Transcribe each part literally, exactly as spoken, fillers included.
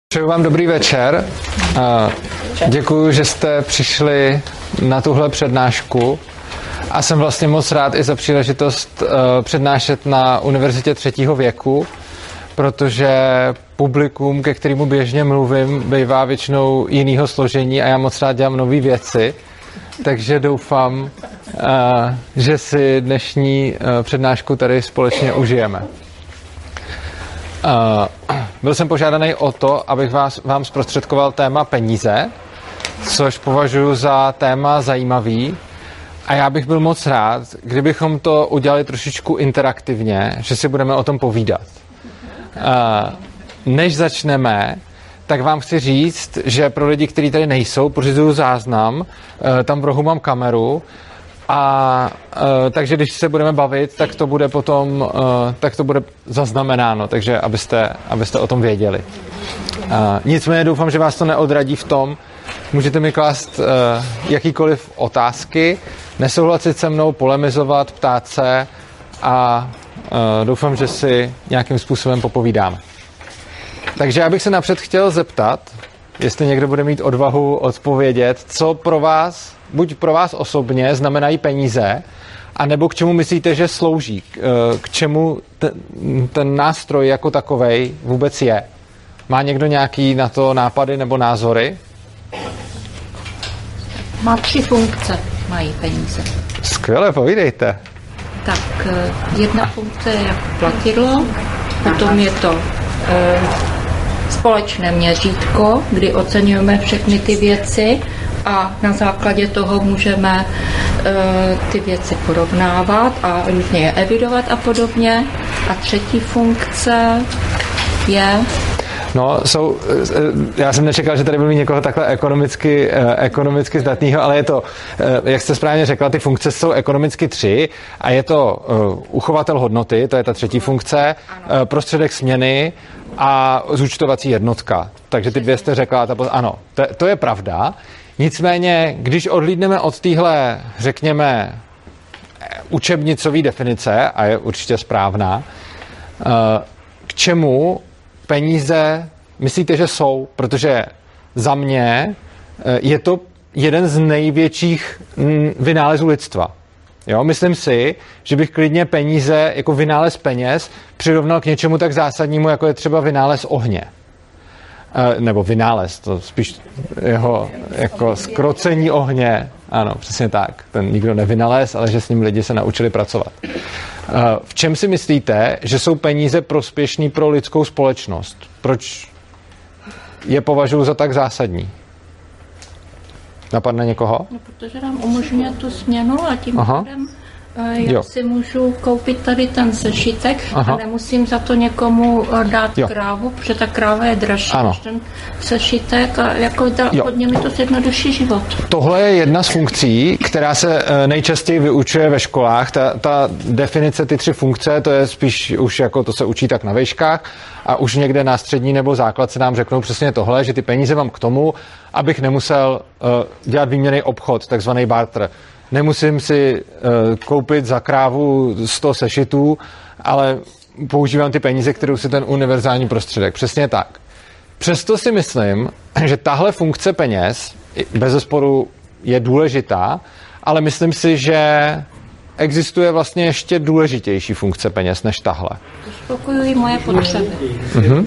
Přeju vám dobrý večer. Děkuji, že jste přišli na tuhle přednášku a jsem vlastně moc rád i za příležitost přednášet na Univerzitě třetího věku, protože publikum, ke kterému běžně mluvím, bývá většinou jinýho složení a já moc rád dělám nové věci, takže doufám, že si dnešní přednášku tady společně užijeme. Uh, byl jsem požádaný o to, abych vás, vám zprostředkoval téma peníze, což považuji za téma zajímavý a já bych byl moc rád, kdybychom to udělali trošičku interaktivně, že si budeme o tom povídat. Uh, než začneme, tak vám chci říct, že pro lidi, kteří tady nejsou, pořizuju záznam, uh, tam v rohu mám kameru, a uh, takže když se budeme bavit, tak to bude potom, uh, tak to bude zaznamenáno, takže abyste, abyste o tom věděli. Uh, nicméně doufám, že vás to neodradí v tom, můžete mi klást uh, jakýkoliv otázky, nesouhlasit se mnou, polemizovat, ptát se a uh, doufám, že si nějakým způsobem popovídáme. Takže já bych se napřed chtěl zeptat, jestli někdo bude mít odvahu odpovědět, co pro vás, buď pro vás osobně znamenají peníze, anebo k čemu myslíte, že slouží, k čemu ten, ten nástroj jako takovej vůbec je. Má někdo nějaký na to nápady nebo názory? Má tři funkce, mají peníze. Skvěle, povídejte. Tak jedna funkce je jako platidlo, potom je to e, společné měřítko, kdy oceňujeme všechny ty věci a na základě toho můžeme e, ty věci porovnávat a různě je evidovat a podobně. A třetí funkce je... No, jsou, já jsem nečekal, že tady byl mít někoho takhle ekonomicky, ekonomicky zdatného, ale je to, jak jste správně řekla, ty funkce jsou ekonomicky tři a je to uchovatel hodnoty, to je ta třetí funkce, ano. Prostředek směny a zúčtovací jednotka. Takže ty dvě jste řekla, ta, ano, to, to je pravda. Nicméně, když odhlídneme od téhle, řekněme, učebnicové definice, a je určitě správná, k čemu peníze myslíte, že jsou? Protože za mě je to jeden z největších vynálezů lidstva. Jo? Myslím si, že bych klidně peníze jako vynález peněz přirovnal k něčemu tak zásadnímu, jako je třeba vynález ohně. Nebo vynález, to spíš jeho jako zkrocení ohně. Ano, přesně tak. Ten nikdo nevynalez, ale že s ním lidi se naučili pracovat. V čem si myslíte, že jsou peníze prospěšný pro lidskou společnost? Proč je považuji za tak zásadní? Napadne někoho? No, protože nám umožňuje tu směnu a tím pádem já jo. si můžu koupit tady ten sešitek Aha. a nemusím za to někomu dát jo. krávu, protože ta kráva je dražší než ten sešitek a jako dá, hodně mi to zjednoduší život. Tohle je jedna z funkcí, která se nejčastěji vyučuje ve školách. Ta, ta definice, ty tři funkce, to je spíš už jako to se učí tak na vejškách a už někde na střední nebo základce nám řeknou přesně tohle, že ty peníze mám k tomu, abych nemusel uh, dělat výměnný obchod, takzvaný barter. Nemusím si uh, koupit za krávu sto sešitů, ale používám ty peníze, kterou si ten univerzální prostředek. Přesně tak. Přesto si myslím, že tahle funkce peněz bezesporu je důležitá, ale myslím si, že existuje vlastně ještě důležitější funkce peněz než tahle. Uspokojují moje potřeby. Mhm.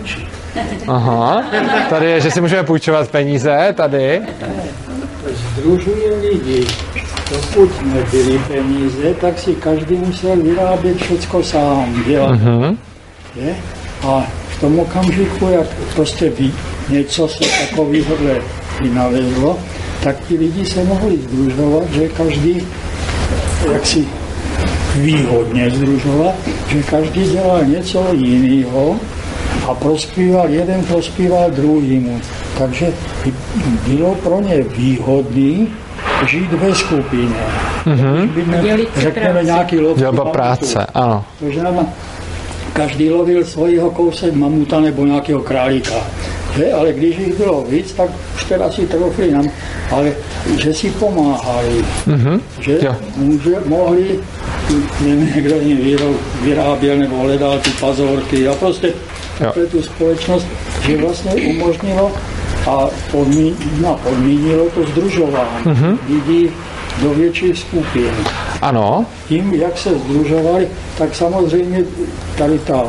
Aha. Tady je, že si můžeme půjčovat peníze, tady. Združuje lidi. Dokud nebyly peníze, tak si každý musel vyrábět všecko sám, dělat. Uh-huh. Je? A v tom okamžiku, jak prostě ví, něco se takového vynalezlo, tak ti lidi se mohli združovat, že každý, jak si výhodně združovat, že každý dělal něco jiného a prospíval, jeden prospíval druhýmu. Takže bylo pro ně výhodný žít ve skupině. Mm-hmm. Byme, řekneme nějaký lov. Dělba práce, ano. To znamená, každý lovil svojho kousek mamuta nebo nějakého králíka. Že? Ale když jich bylo víc, tak už teda si trofli nám, ale že si pomáhali. Mm-hmm. Že může, mohli, nevím, kdo jim vyráběl nebo hledal ty pazorky a prostě pro tu společnost že vlastně umožnilo a podmí, no, podmínilo to sdružování mm-hmm. lidí do větších skupin. Ano. Tím, jak se sdružovali, tak samozřejmě tady ta,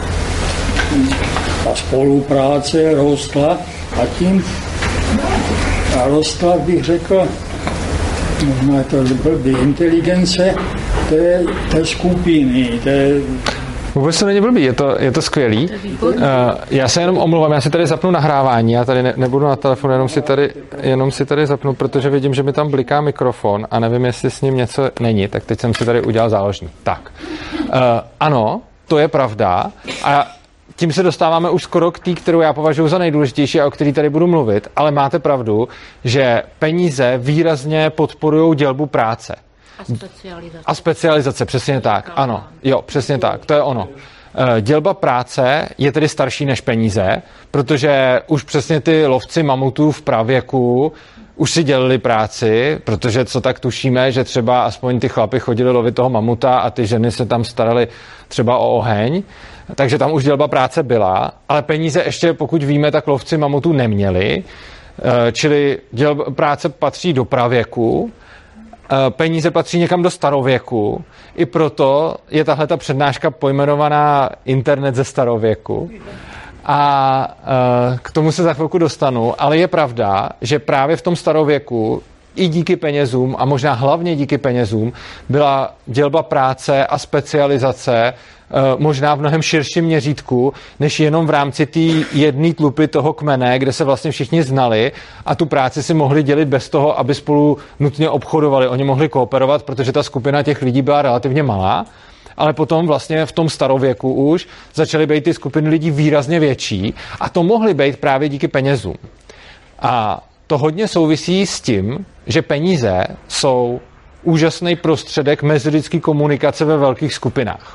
ta spolupráce rostla a tím a rostla, bych řekl, možná je to blbý, inteligence té, té skupiny, té. Vůbec to není blbý, je to, je to skvělý. Uh, já se jenom omlouvám, já si tady zapnu nahrávání, já tady ne, nebudu na telefonu, jenom si, tady, jenom si tady zapnu, protože vidím, že mi tam bliká mikrofon a nevím, jestli s ním něco není, tak teď jsem si tady udělal záložník. Tak, uh, ano, to je pravda a tím se dostáváme už skoro k té, kterou já považuji za nejdůležitější a o který tady budu mluvit, ale máte pravdu, že peníze výrazně podporují dělbu práce. A specializace. A specializace, přesně tak, ano, jo, přesně tak, to je ono. Dělba práce je tedy starší než peníze, protože už přesně ty lovci mamutů v pravěku už si dělili práci, protože co tak tušíme, že třeba aspoň ty chlapy chodili lovit toho mamuta a ty ženy se tam staraly třeba o oheň, takže tam už dělba práce byla, ale peníze ještě, pokud víme, tak lovci mamutů neměli, čili dělba práce patří do pravěku, peníze patří někam do starověku, i proto je tahle ta přednáška pojmenovaná Internet ze starověku. A k tomu se za chvilku dostanu, ale je pravda, že právě v tom starověku i díky penězům a možná hlavně díky penězům byla dělba práce a specializace možná v mnohem širším měřítku, než jenom v rámci té jedné tlupy toho kmene, kde se vlastně všichni znali a tu práci si mohli dělit bez toho, aby spolu nutně obchodovali. Oni mohli kooperovat, protože ta skupina těch lidí byla relativně malá, ale potom vlastně v tom starověku už začaly být ty skupiny lidí výrazně větší a to mohly být právě díky penězům. A to hodně souvisí s tím, že peníze jsou úžasný prostředek mezilidské komunikace ve velkých skupinách.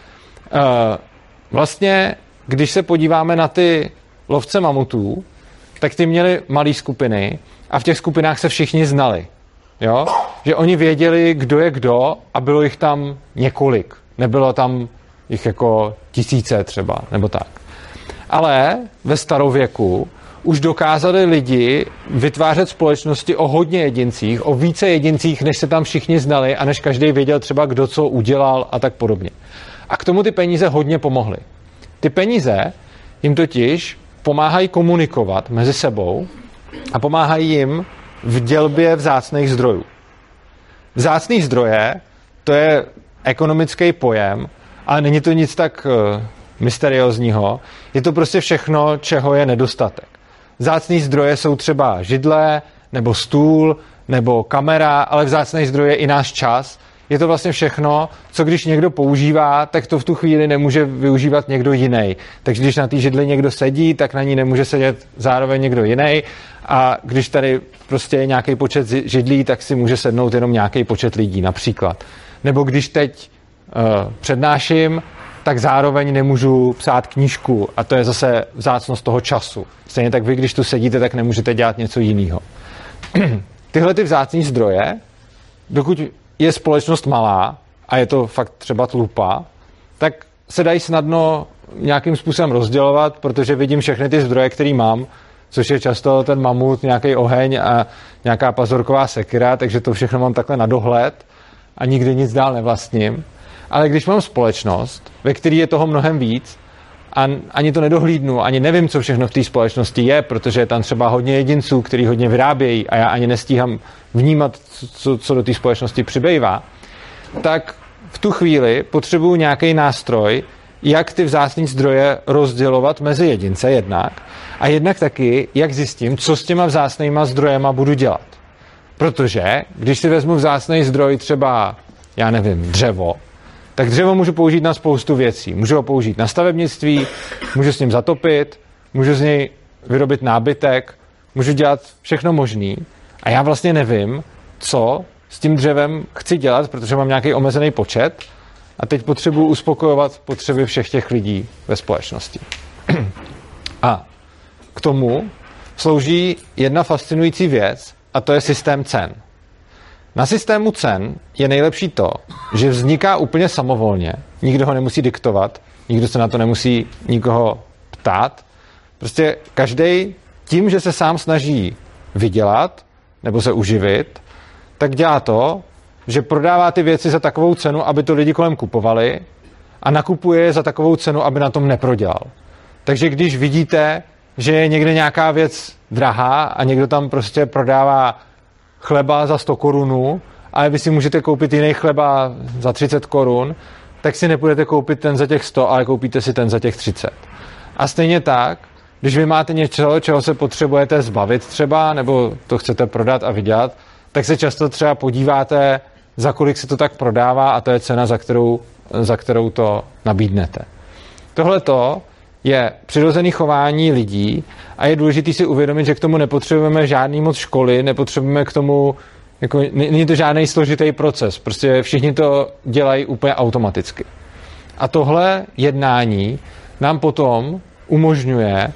Vlastně, když se podíváme na ty lovce mamutů, tak ty měli malé skupiny a v těch skupinách se všichni znali. Jo? Že oni věděli, kdo je kdo a bylo jich tam několik. Nebylo tam jich jako tisíce třeba, nebo tak. Ale ve starověku už dokázali lidi vytvářet společnosti o hodně jedincích, o více jedincích, než se tam všichni znali a než každý věděl třeba, kdo co udělal a tak podobně. A k tomu ty peníze hodně pomohly. Ty peníze jim totiž pomáhají komunikovat mezi sebou a pomáhají jim v dělbě vzácných zdrojů. Vzácný zdroje, to je ekonomický pojem, ale není to nic tak uh, mysteriózního. Je to prostě všechno, čeho je nedostatek. Vzácný zdroje jsou třeba židle, nebo stůl, nebo kamera, ale vzácný zdroje je i náš čas. Je to vlastně všechno, co když někdo používá, tak to v tu chvíli nemůže využívat někdo jiný. Takže když na té židli někdo sedí, tak na ní nemůže sedět zároveň někdo jiný. A když tady prostě je nějaký počet židlí, tak si může sednout jenom nějaký počet lidí například. Nebo když teď uh, přednáším, tak zároveň nemůžu psát knížku a to je zase vzácnost toho času. Stejně tak vy, když tu sedíte, tak nemůžete dělat něco jiného. Tyhle ty vzácný zdroje, dokud je společnost malá a je to fakt třeba tlupa, tak se dají snadno nějakým způsobem rozdělovat, protože vidím všechny ty zdroje, které mám, což je často ten mamut, nějaký oheň a nějaká pazorková sekira, takže to všechno mám takhle na dohled a nikdy nic dál nevlastním. Ale když mám společnost, ve které je toho mnohem víc a ani to nedohlídnu, ani nevím, co všechno v té společnosti je, protože je tam třeba hodně jedinců, kteří hodně vyrábějí a já ani nestíhám vnímat, co, co do té společnosti přibývá, tak v tu chvíli potřebuju nějaký nástroj, jak ty vzácné zdroje rozdělovat mezi jedince jednak a jednak taky, jak zjistím, co s těma vzácnýma zdrojema budu dělat. Protože když si vezmu vzácný zdroj třeba, já nevím, dřevo, tak dřevo můžu použít na spoustu věcí. Můžu ho použít na stavebnictví, můžu s ním zatopit, můžu z něj vyrobit nábytek, můžu dělat všechno možný a já vlastně nevím, co s tím dřevem chci dělat, protože mám nějaký omezený počet a teď potřebuji uspokojovat potřeby všech těch lidí ve společnosti. A k tomu slouží jedna fascinující věc a to je systém cen. Na systému cen je nejlepší to, že vzniká úplně samovolně, nikdo ho nemusí diktovat, nikdo se na to nemusí nikoho ptát, Prostě každý tím, že se sám snaží vydělat nebo se uživit, tak dělá to, že prodává ty věci za takovou cenu, aby to lidi kolem kupovali a nakupuje je za takovou cenu, aby na tom neprodělal. Takže když vidíte, že je někde nějaká věc drahá a někdo tam prostě prodává chleba za sto korunů, ale vy si můžete koupit jiný chleba za třicet korun, tak si nepůjdete koupit ten za těch sto, ale koupíte si ten za těch třicet. A stejně tak, když vy máte něco, čeho se potřebujete zbavit třeba, nebo to chcete prodat a vydělat, tak se často třeba podíváte, za kolik se to tak prodává a to je cena, za kterou, za kterou to nabídnete. Tohleto je přirozené chování lidí a je důležité si uvědomit, že k tomu nepotřebujeme žádný moc školy, nepotřebujeme k tomu, jako, není to žádný složitý proces, prostě všichni to dělají úplně automaticky. A tohle jednání nám potom umožňuje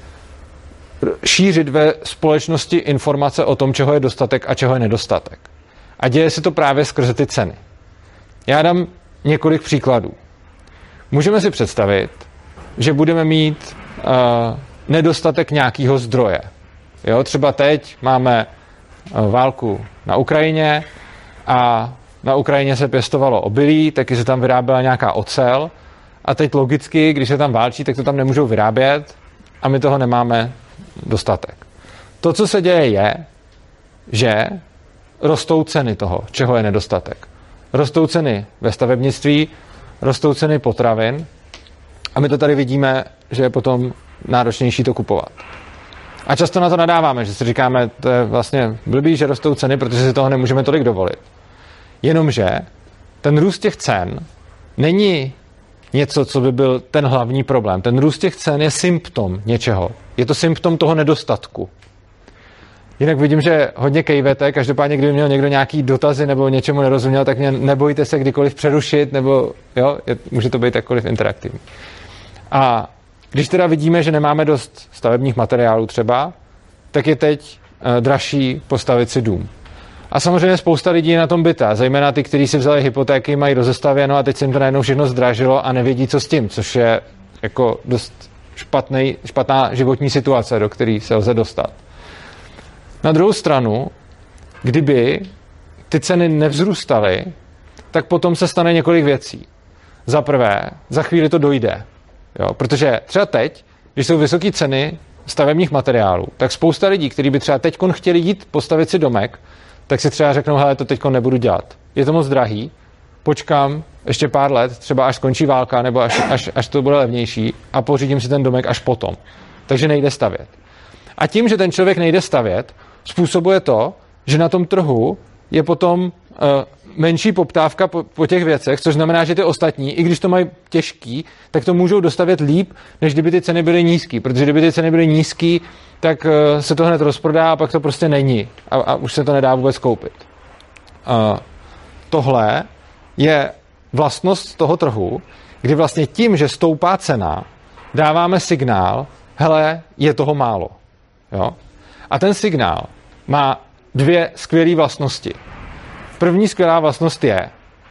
šířit ve společnosti informace o tom, čeho je dostatek a čeho je nedostatek. A děje se to právě skrze ty ceny. Já dám několik příkladů. Můžeme si představit, že budeme mít uh, nedostatek nějakého zdroje. Jo, třeba teď máme uh, válku na Ukrajině a na Ukrajině se pěstovalo obilí, taky se tam vyráběla nějaká ocel a teď logicky, když se tam válčí, tak to tam nemůžou vyrábět a my toho nemáme dostatek. To, co se děje, je, že rostou ceny toho, čeho je nedostatek. Rostou ceny ve stavebnictví, rostou ceny potravin a my to tady vidíme, že je potom náročnější to kupovat. A často na to nadáváme, že si říkáme, to je vlastně blbý, že rostou ceny, protože si toho nemůžeme tolik dovolit. Jenomže ten růst těch cen není něco, co by byl ten hlavní problém. Ten růst těch cen je symptom něčeho. Je to symptom toho nedostatku. Jinak vidím, že hodně kejvete, každopádně, kdyby měl někdo nějaký dotazy nebo něčemu nerozuměl, tak mě nebojte se kdykoliv přerušit, nebo jo, je, může to být jakkoliv interaktivní. A když teda vidíme, že nemáme dost stavebních materiálů třeba, tak je teď uh, dražší postavit si dům. A samozřejmě spousta lidí je na tom bytá, zejména ty, kteří si vzali hypotéky, mají rozestavěno a teď se jim to najednou všechno zdražilo a nevědí, co s tím, což je jako dost špatný, špatná životní situace, do které se lze dostat. Na druhou stranu, kdyby ty ceny nevzrůstaly, tak potom se stane několik věcí. Za prvé, za chvíli to dojde. Jo? Protože třeba teď, když jsou vysoké ceny stavebních materiálů, tak spousta lidí, kteří by třeba teď chtěli jít postavit si domek, tak si třeba řeknou, hele, to teď nebudu dělat. Je to moc drahý, počkám ještě pár let, třeba až skončí válka, nebo až, až, až to bude levnější a pořídím si ten domek až potom. Takže nejde stavět. A tím, že ten člověk nejde stavět, způsobuje to, že na tom trhu je potom uh, menší poptávka po, po těch věcech, což znamená, že ty ostatní, i když to mají těžký, tak to můžou dostavět líp, než kdyby ty ceny byly nízký. Protože kdyby ty ceny byly nízký, tak uh, se to hned rozprodá a pak to prostě není. A, a už se to nedá vůbec koupit. Uh, tohle je vlastnost toho trhu, kdy vlastně tím, že stoupá cena, dáváme signál, hele, je toho málo. Jo? A ten signál má dvě skvělé vlastnosti. První skvělá vlastnost je,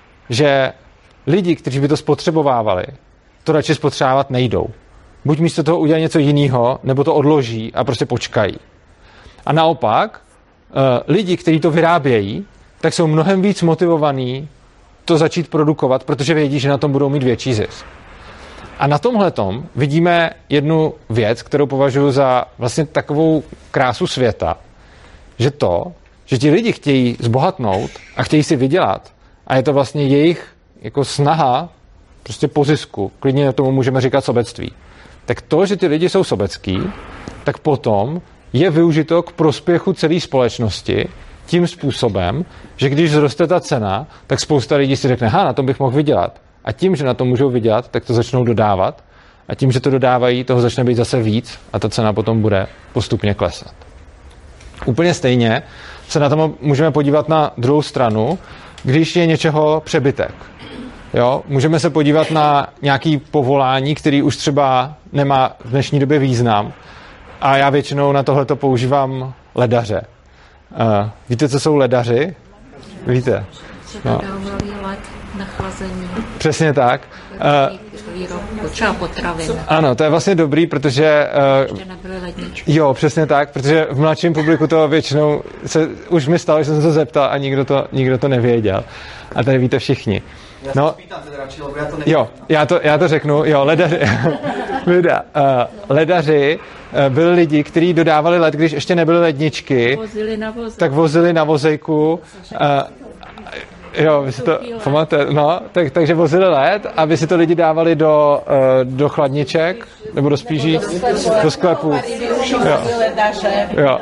že lidi, kteří by to spotřebovávali, to radši spotřebovat nejdou. Buď místo toho udělají něco jiného, nebo to odloží a prostě počkají. A naopak, lidi, kteří to vyrábějí, tak jsou mnohem víc motivovaní to začít produkovat, protože vědí, že na tom budou mít větší zisk. A na tomhletom vidíme jednu věc, kterou považuji za vlastně takovou krásu světa, že to, že ti lidi chtějí zbohatnout a chtějí si vydělat a je to vlastně jejich jako snaha prostě po zisku, klidně tomu můžeme říkat sobectví, tak to, že ty lidi jsou sobecký, tak potom je využito k prospěchu celé společnosti tím způsobem, že když zroste ta cena, tak spousta lidí si řekne, ha, na tom bych mohl vydělat. A tím, že na tom můžou vydělat, tak to začnou dodávat. A tím, že to dodávají, toho začne být zase víc a ta cena potom bude postupně klesat. Úplně stejně se na tom můžeme podívat na druhou stranu, když je něčeho přebytek. Jo? Můžeme se podívat na nějaký povolání, který už třeba nemá v dnešní době význam. A já většinou na tohleto používám ledaře. Uh, víte, co jsou ledaři? Víte? No. Led na chlazení. Přesně tak. výrobku, třeba potravin. Ano, to je vlastně dobrý, protože... Uh, Ještě nebyly ledničky. Jo, přesně tak, protože v mladším publiku to většinou se, už mi stalo, že jsem se zeptal a nikdo to, nikdo to nevěděl. A tady víte všichni. No, pýtám teda radši, lebo já to nevím. jo, já to, já to řeknu, jo, ledaři, Vida, uh, ledaři uh, byli lidi, kteří dodávali led, když ještě nebyly ledničky, Vozili na vozejku. tak vozili na vozejku, uh, jo, vy si to pamatujete, no, tak, takže vozili led a vy si to lidi dávali do, uh, do chladniček, nebo do spíží, do sklepů. Jo. Jo.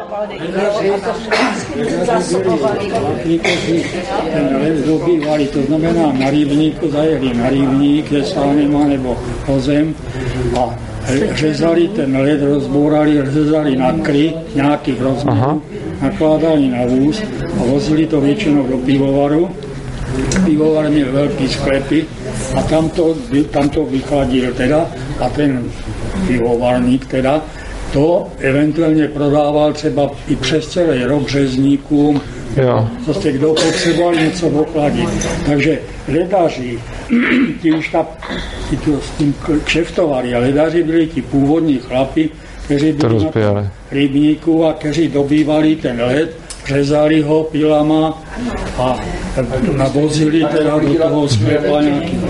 Ten led dobývali, to znamená na rybníku, zajeli na rybník, je sánima nebo hozem a řezali ten led, rozbourali, řezali na kry nějakých rozměrů, nakládali na vůz a vozili to většinou do pivovaru. Pivovar měl velký sklepy a tam to, tam to vychladil teda a ten pivovarník teda to eventuálně prodával třeba i přes celý rok řezníkům, Jo. prostě kdo potřeboval něco ochladit. Takže ledaři, ti už ta, ti to s tím kšeftovali a ledaři byli ti původní chlapi, kteří byli na rybníku a kteří dobývali ten led, řezali ho pilama a navozili teda do toho sklepa nějaký.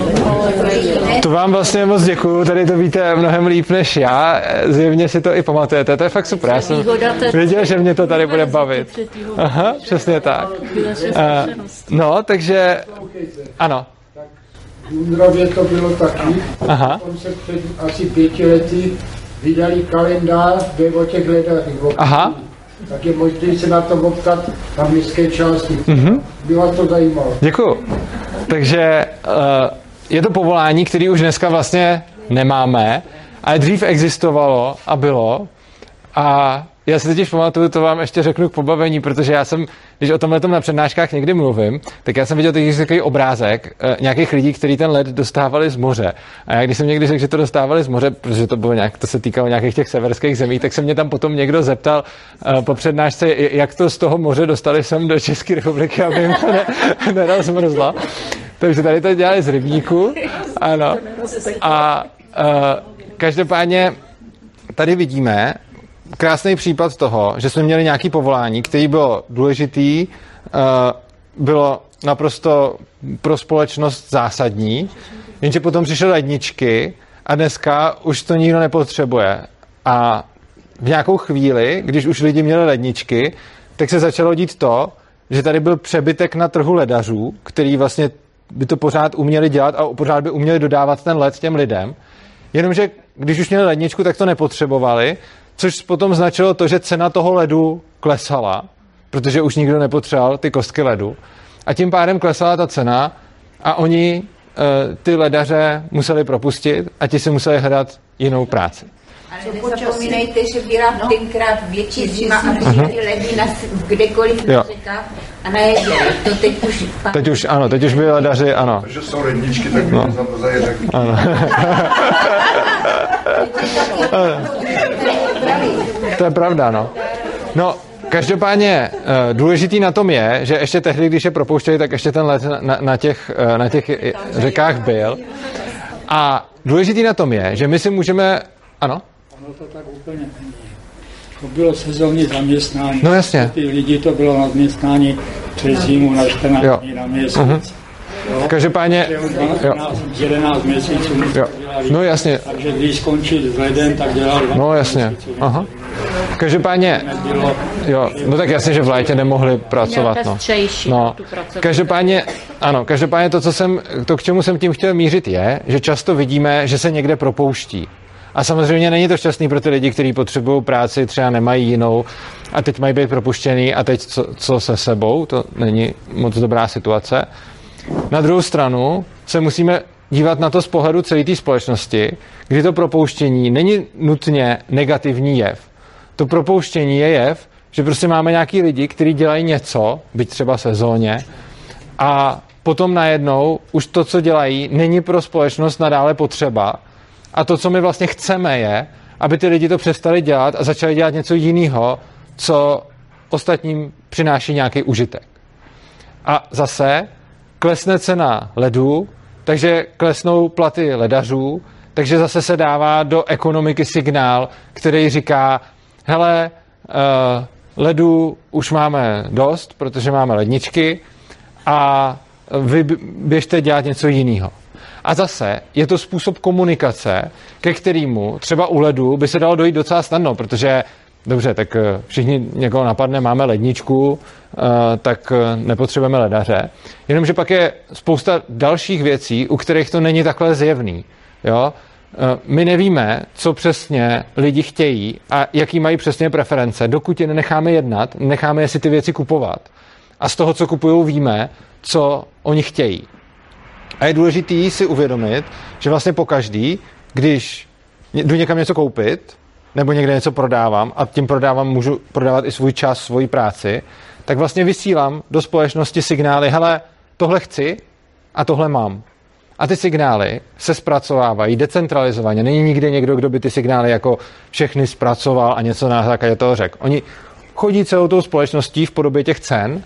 To vám vlastně moc děkuju, tady to víte mnohem líp než já, zjevně si to i pamatujete, to je fakt super, já jsem věděl, že mě to tady bude bavit. Aha, přesně tak. Uh, no, takže, ano. V Jundrově to bylo taky, Aha. Tam se před asi pěti lety vydali kalendář, kde o těch ledařích. Aha. Tak je možné se na to optat na městské části. Mm-hmm. Bylo to zajímavé. Děkuju. Takže uh, je to povolání, který už dneska vlastně nemáme, ale dřív existovalo a bylo. A já si totiž pamatuju, to vám ještě řeknu k pobavení, protože já jsem, když o tomhle na přednáškách někdy mluvím, tak já jsem viděl takový obrázek uh, nějakých lidí, kteří ten led dostávali z moře. A já když jsem někdy řekl, že to dostávali z moře, protože to bylo nějak, to se týkalo nějakých těch severských zemí, tak se mě tam potom někdo zeptal uh, po přednášce, jak to z toho moře dostali sem do České republiky, aby jim to ne, nerozmrzlo. Takže tady to dělali z rybníku, ano. A uh, každopádně tady vidíme krásný případ toho, že jsme měli nějaké povolání, které bylo důležitý, bylo naprosto pro společnost zásadní, jenže potom přišly ledničky a dneska už to nikdo nepotřebuje. A v nějakou chvíli, když už lidi měli ledničky, tak se začalo dít to, že tady byl přebytek na trhu ledařů, který vlastně by to pořád uměli dělat a pořád by uměli dodávat ten led těm lidem. Jenomže když už měli ledničku, tak to nepotřebovali, což potom značilo to, že cena toho ledu klesala, protože už nikdo nepotřeboval ty kostky ledu. A tím pádem klesala ta cena a oni e, ty ledaře museli propustit a ti si museli hledat jinou práci. Ale nezapomínejte, že byla tenkrát větší zima a ty ledy na kdekoliv na řekách a na jezeře. To teď už... Teď už, ano, teď už byli ledaři, ano. Že jsou ledničky, tak no. Za to zajeřek. Ano. To je pravda, no. No, každopádně důležitý na tom je, že ještě tehdy, když je propouštěli, tak ještě ten let na, na, těch, na těch řekách byl. A důležitý na tom je, že my si můžeme... Ano? Ono to tak úplně není. To bylo sezónní zaměstnání. No jasně. Ty lidi to bylo na zaměstnání přes zimu na čtrnáct dní na měsíc. Uh-huh. Každopádně... jedenáct měsíců. Jo. No jasně. Takže když skončil s ledem, tak dělal no jasně. Aha. Každopádně... Jo, no tak jasně, že v létě nemohli pracovat. No. No. Každopádně, ano, každopádně to, co jsem, to, k čemu jsem tím chtěl mířit, je, že často vidíme, že se někde propouští. A samozřejmě není to šťastný pro ty lidi, kteří potřebují práci, třeba nemají jinou a teď mají být propuštěný a teď co, co se sebou, to není moc dobrá situace. Na druhou stranu se musíme dívat na to z pohledu celé té společnosti, kdy to propouštění není nutně negativní jev. To propouštění je jev, že prostě máme nějaký lidi, kteří dělají něco, byť třeba sezóně, a potom najednou už to, co dělají, není pro společnost nadále potřeba. A to, co my vlastně chceme, je, aby ty lidi to přestali dělat a začali dělat něco jiného, co ostatním přináší nějaký užitek. A zase klesne cena ledu, takže klesnou platy ledařů, takže zase se dává do ekonomiky signál, který říká, hele, uh, ledu už máme dost, protože máme ledničky a vy běžte dělat něco jiného. A zase je to způsob komunikace, ke kterému třeba u ledu by se dalo dojít docela snadno, protože dobře, tak všichni někoho napadne, máme ledničku, tak nepotřebujeme ledaře. Jenomže pak je spousta dalších věcí, u kterých to není takhle zjevný. Jo? My nevíme, co přesně lidi chtějí a jaký mají přesně preference, dokud je nenecháme jednat, necháme je si ty věci kupovat. A z toho, co kupují, víme, co oni chtějí. A je důležité si uvědomit, že vlastně pokaždý, když jdu někam něco koupit, nebo někde něco prodávám a tím prodávám, můžu prodávat i svůj čas, svoji práci, tak vlastně vysílám do společnosti signály, hele, tohle chci a tohle mám. A ty signály se zpracovávají decentralizovaně. Není nikde někdo, kdo by ty signály jako všechny zpracoval a něco na základě toho řekl. Oni chodí celou tou společností v podobě těch cen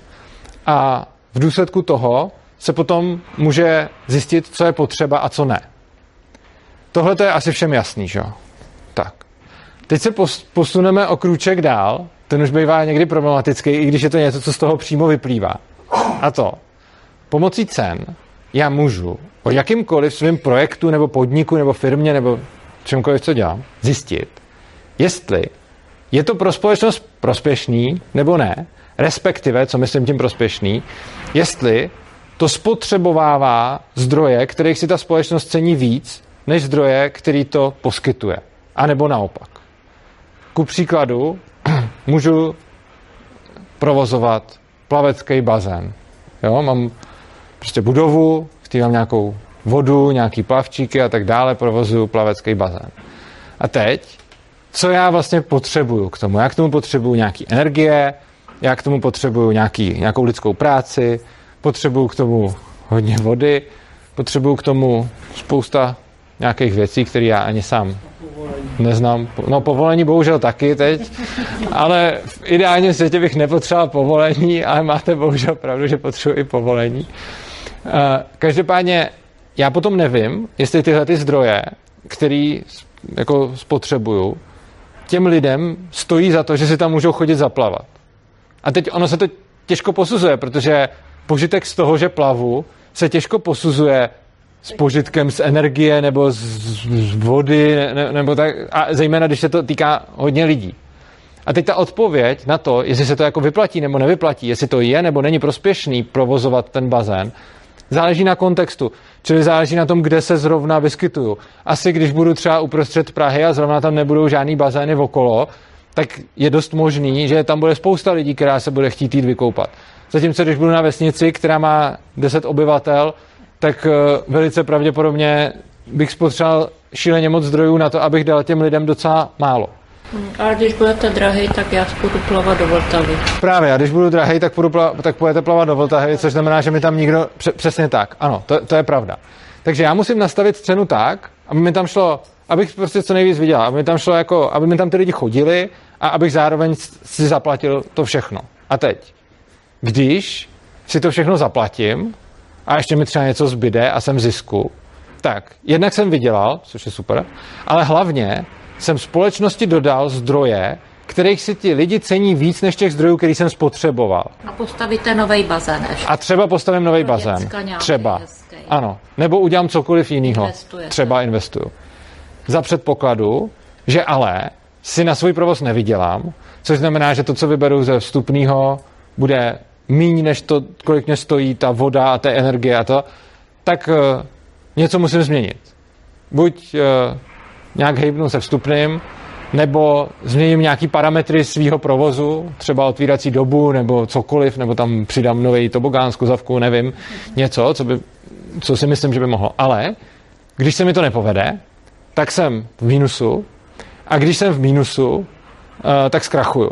a v důsledku toho se potom může zjistit, co je potřeba a co ne. Tohle to je asi všem jasný, že jo? Tak. Teď se posuneme o krůček dál, ten už bývá někdy problematický, i když je to něco, co z toho přímo vyplývá. A to, pomocí cen já můžu o jakýmkoliv svém projektu nebo podniku nebo firmě nebo čemkoliv, co dělám, zjistit, jestli je to pro společnost prospěšný nebo ne, respektive, co myslím tím prospěšný, jestli to spotřebovává zdroje, kterých si ta společnost cení víc, než zdroje, který to poskytuje. A nebo naopak. Ku příkladu můžu provozovat plavecký bazén. Jo, mám prostě budovu, v té mám nějakou vodu, nějaký plavčíky a tak dále, provozuju plavecký bazén. A teď, co já vlastně potřebuju k tomu? Já k tomu potřebuju nějaký energie, já k tomu potřebuju nějaký, nějakou lidskou práci, potřebuju k tomu hodně vody, potřebuju k tomu spousta nějakých věcí, které já ani sám neznám. No povolení bohužel taky teď, ale v ideálním světě bych nepotřeboval povolení, ale máte bohužel pravdu, že potřebuji i povolení. Každopádně já potom nevím, jestli tyhle ty zdroje, který jako spotřebuju, těm lidem stojí za to, že si tam můžou chodit zaplavat. A teď ono se to těžko posuzuje, protože požitek z toho, že plavu, se těžko posuzuje s požitkem z energie nebo z, z vody, ne, nebo tak, a zejména, když se to týká hodně lidí. A teď ta odpověď na to, jestli se to jako vyplatí nebo nevyplatí, jestli to je nebo není prospěšný provozovat ten bazén, záleží na kontextu, čili záleží na tom, kde se zrovna vyskytuju. Asi když budu třeba uprostřed Prahy a zrovna tam nebudou žádný bazény okolo, tak je dost možný, že tam bude spousta lidí, která se bude chtít jít vykoupat. Zatímco když budu na vesnici, která má deset obyvatel, tak velice pravděpodobně bych spotřeboval šíleně moc zdrojů na to, abych dal těm lidem docela málo. Hmm, ale když budete drahý, tak já půjdu plavat do Vltavy. Právě, a když budu drahý, tak, pla- tak půjdete plavat do Vltavy, což znamená, že mi tam nikdo... Přesně tak, ano, to, to je pravda. Takže já musím nastavit cenu tak, aby mi tam šlo, abych prostě co nejvíc viděl, aby mi tam šlo jako, aby mi tam ty lidi chodili a abych zároveň si zaplatil to všechno. A teď, když si to všechno zaplatím a ještě mi třeba něco zbyde a jsem v zisku, tak jednak jsem vydělal, což je super, ale hlavně jsem společnosti dodal zdroje, kterých si ti lidi cení víc než těch zdrojů, který jsem spotřeboval. A postavíte nový bazén ještě. A třeba postavím nový bazén. Třeba. Hezký. Ano. Nebo udělám cokoliv jiného. Třeba investuju. Za předpokladu, že ale si na svůj provoz nevydělám, což znamená, že to, co vyberu ze vstupného, bude míň než to, kolik mě stojí ta voda a ta energie a to, tak uh, něco musím změnit. Buď uh, nějak hejbnu se vstupným, nebo změním nějaký parametry svýho provozu, třeba otvírací dobu, nebo cokoliv, nebo tam přidám nový tobogán, skluzavku, nevím, něco, co, by, co si myslím, že by mohlo. Ale když se mi to nepovede, tak jsem v mínusu a když jsem v mínusu, uh, tak zkrachuju.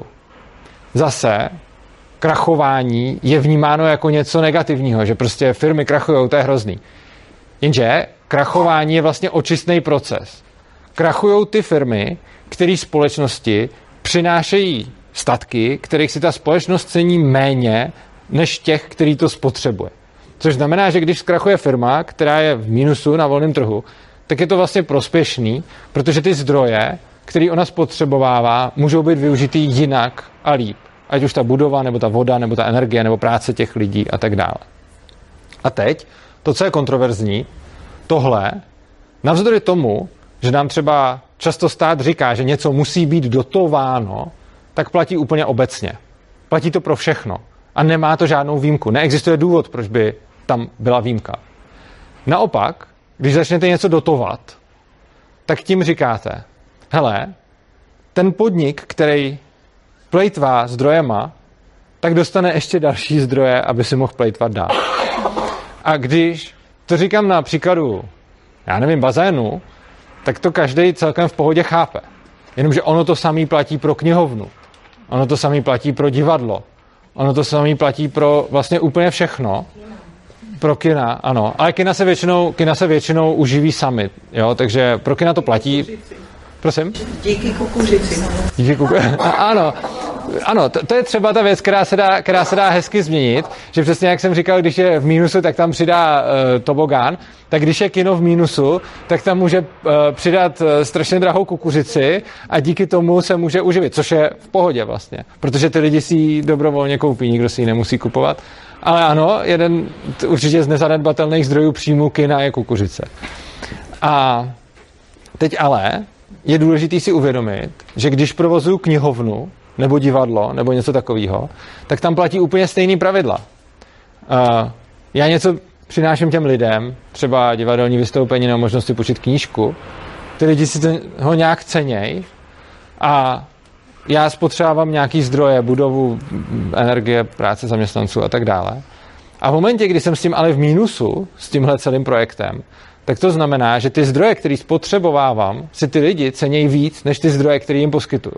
Zase krachování je vnímáno jako něco negativního, že prostě firmy krachujou, to je hrozný. Jenže krachování je vlastně očistný proces. Krachujou ty firmy, které společnosti přinášejí statky, kterých si ta společnost cení méně než těch, který to spotřebuje. Což znamená, že když zkrachuje firma, která je v mínusu na volném trhu, tak je to vlastně prospěšný, protože ty zdroje, které ona spotřebovává, můžou být využitý jinak a líp. Ať už ta budova, nebo ta voda, nebo ta energie, nebo práce těch lidí a tak dále. A teď, to, co je kontroverzní, tohle, navzdory tomu, že nám třeba často stát říká, že něco musí být dotováno, tak platí úplně obecně. Platí to pro všechno. A nemá to žádnou výjimku. Neexistuje důvod, proč by tam byla výjimka. Naopak, když začnete něco dotovat, tak tím říkáte, hele, ten podnik, který plejtvá zdrojema, tak dostane ještě další zdroje, aby si mohl plejtvat dál. A když to říkám na příkladu, já nevím, bazénu, tak to každý celkem v pohodě chápe. Jenomže ono to samý platí pro knihovnu. Ono to samý platí pro divadlo. Ono to samý platí pro vlastně úplně všechno. Pro kina, ano. Ale kina se většinou, kina se většinou uživí sami, jo, takže pro kina to platí. Prosím? Díky kukuřici. Díky kukuřici. Ano. Ano, to, to je třeba ta věc, která se, dá, která se dá hezky změnit, že přesně jak jsem říkal, když je v mínusu, tak tam přidá uh, tobogán, tak když je kino v mínusu, tak tam může uh, přidat uh, strašně drahou kukuřici a díky tomu se může uživit, což je v pohodě vlastně, protože ty lidi si ji dobrovolně koupí, nikdo si ji nemusí kupovat. Ale ano, jeden určitě z nezanedbatelných zdrojů příjmu kina je kukuřice. A teď ale je důležité si uvědomit, že když provozuju knihovnu, nebo divadlo, nebo něco takového, tak tam platí úplně stejný pravidla. Uh, já něco přináším těm lidem, třeba divadelní vystoupení nebo možnosti počít knížku, ty lidi si to, ho nějak ceněj a já spotřebávám nějaký zdroje, budovu, energie, práce zaměstnanců a tak dále. A v momentě, kdy jsem s tím ale v mínusu, s tímhle celým projektem, tak to znamená, že ty zdroje, které spotřebovávám, si ty lidi cenějí víc, než ty zdroje, které jim poskytuju.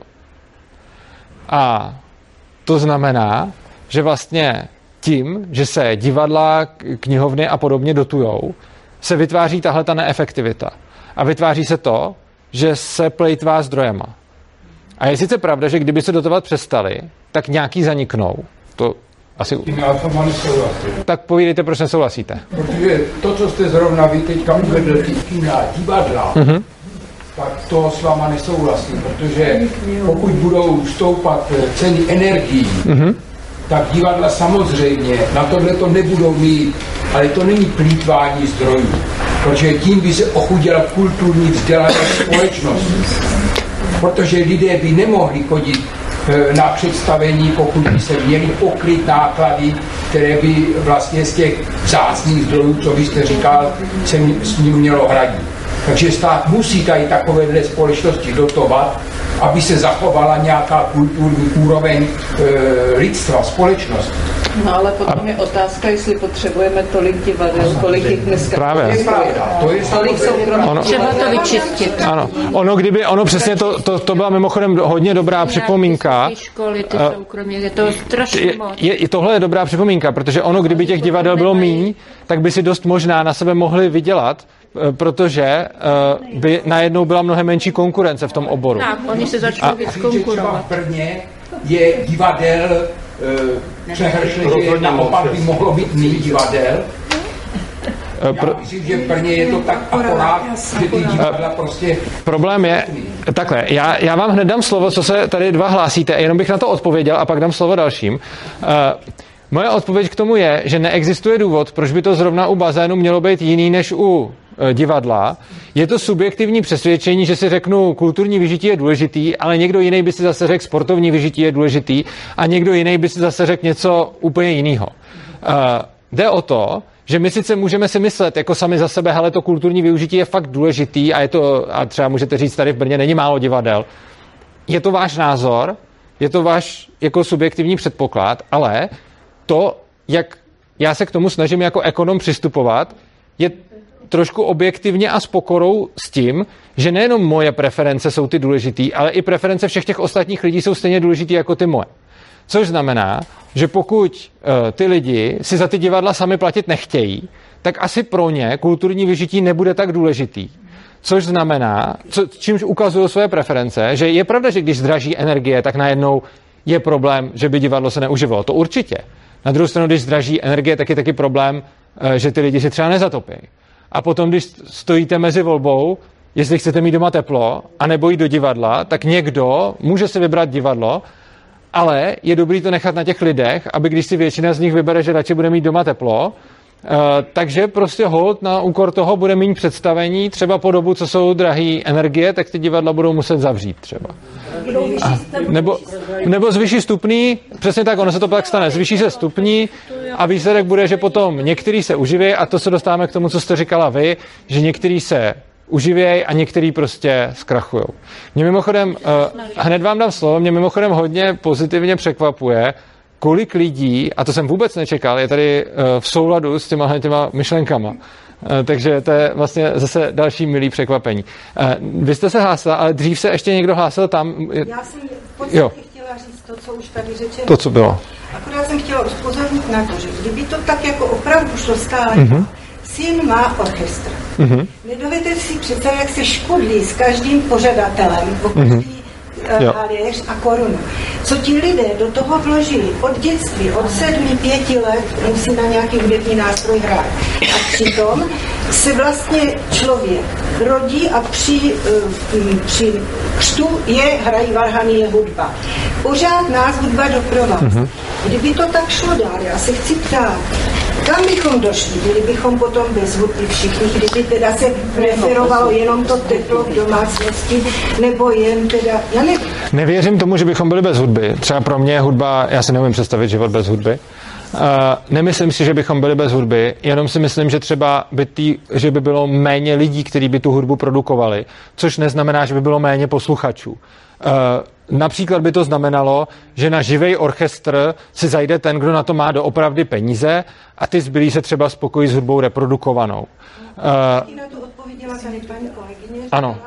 A to znamená, že vlastně tím, že se divadla, knihovny a podobně dotujou, se vytváří tahle ta neefektivita. A vytváří se to, že se plejtvá zdrojema. A je sice pravda, že kdyby se dotovat přestali, tak nějaký zaniknou. To asi... Tím já to mám nesouhlasím. Tak povídejte, proč nesouhlasíte. Protože to, co jste zrovna vy teďka uvedl, ty kina, divadla, mm-hmm. tak to s váma nesouhlasím, protože pokud budou stoupat ceny energií, mm-hmm. tak divadla samozřejmě na tohle to nebudou mít, ale to není plýtvání zdrojů, protože tím by se ochudila kulturní vzdělaná společnost. Protože lidé by nemohli chodit na představení, pokud by se měli pokryt náklady, které by vlastně z těch vzácných zdrojů, co byste říkal, se s ním mělo hradit. Takže stát musí tady takovéhle společnosti dotovat, aby se zachovala nějaká kulturní úroveň e, lidstva, společnosti. No ale potom je otázka, jestli potřebujeme tolik divadel, kolik jich dneska právě. To je pravda, to je tolik soukromých. Ono, třeba to vyčistit. Ano, ono kdyby, ono přesně to, to, to byla mimochodem hodně dobrá připomínka. Školy, ty soukromí, je to strašně moc. Je, je, tohle je dobrá připomínka, protože ono, kdyby těch divadel bylo míň, tak by si dost možná na sebe mohli vydělat, protože uh, by najednou byla mnohem menší konkurence v tom oboru. Tak, oni se začnou víc konkurovat. V Brně je divadel uh, přehršli, že naopak by mohlo být méně divadel. Já myslím, že v Brně je to tak akorát, že ty divadla prostě... Problém je, takhle, já, já vám hned dám slovo, co se tady dva hlásíte, jenom bych na to odpověděl a pak dám slovo dalším. Uh, moje odpověď k tomu je, že neexistuje důvod, proč by to zrovna u bazénu mělo být jiný než u divadla. Je to subjektivní přesvědčení, že si řeknu, kulturní vyžití je důležitý, ale někdo jiný by si zase řekl, sportovní vyžití je důležitý a někdo jiný by si zase řekl něco úplně jiného. Uh, jde o to, že my sice můžeme si myslet jako sami za sebe, hele, to kulturní využití je fakt důležitý a je to, a třeba můžete říct, tady v Brně není málo divadel. Je to váš názor, je to váš jako subjektivní předpoklad, ale to, jak já se k tomu snažím jako ekonom přistupovat, je trošku objektivně a s pokorou s tím, že nejenom moje preference jsou ty důležitý, ale i preference všech těch ostatních lidí jsou stejně důležitý jako ty moje. Což znamená, že pokud uh, ty lidi si za ty divadla sami platit nechtějí, tak asi pro ně kulturní vyžití nebude tak důležitý. Což znamená, co, čímž ukazují své preference, že je pravda, že když zdraží energie, tak najednou je problém, že by divadlo se neuživalo. To určitě. Na druhou stranu, když zdraží energie, tak je taky problém že ty lidi si třeba nezatopí. A potom, když stojíte mezi volbou, jestli chcete mít doma teplo, anebo jít do divadla, tak někdo může si vybrat divadlo, ale je dobrý to nechat na těch lidech, aby když si většina z nich vybere, že radši bude mít doma teplo, uh, takže prostě hold na úkor toho bude mít představení, třeba po dobu, co jsou drahé energie, tak ty divadla budou muset zavřít třeba. A, nebo, nebo zvyší stupní, přesně tak, ono se to pak stane, zvyší se stupní a výsledek bude, že potom některý se uživí a to se dostáváme k tomu, co jste říkala vy, že některý se uživěj a některý prostě zkrachujou. Mě mimochodem, uh, hned vám dám slovo, mě mimochodem hodně pozitivně překvapuje, kolik lidí, a to jsem vůbec nečekal, je tady uh, v souladu s těma, těma myšlenkama. Uh, takže to je vlastně zase další milý překvapení. Uh, vy jste se hlásila, ale dřív se ještě někdo hlásil tam. Já jsem v podstatě jo. chtěla říct to, co už tady řečeno. To, co bylo. Akorát jsem chtěla upozornit na to, že kdyby to tak jako opravdu šlo stále, mm-hmm. syn má orchestr. Mm-hmm. Nedovedete si představit, jak se škodlí s každým pořadatelem, o každý mm-hmm. haléř a korunu. Co ti lidé do toho vložili od dětství, od sedmi, pěti let musí na nějaký hudební nástroj hrát. A přitom se vlastně člověk rodí a při, při křtu je, hrají varhany, je hudba. Pořád nás hudba doprovází. Mm-hmm. Kdyby to tak šlo dál, já se chci ptát, kam bychom došli, byli bychom potom bez hudby všichni, kdyby teda se preferovalo jenom to teplo v domácnosti, nebo jen teda, já nevím. Nevěřím tomu, že bychom byli bez hudby. Třeba pro mě je hudba, já si neumím představit život bez hudby. Uh, nemyslím si, že bychom byli bez hudby, jenom si myslím, že třeba by, tý, že by bylo méně lidí, kteří by tu hudbu produkovali, což neznamená, že by bylo méně posluchačů. Uh, například by to znamenalo, že na živej orchestr si zajde ten, kdo na to má doopravdy peníze a ty zbylí se třeba spokojí s hudbou reprodukovanou. Uh, na to odpověděla tady paní kolegyně, ano.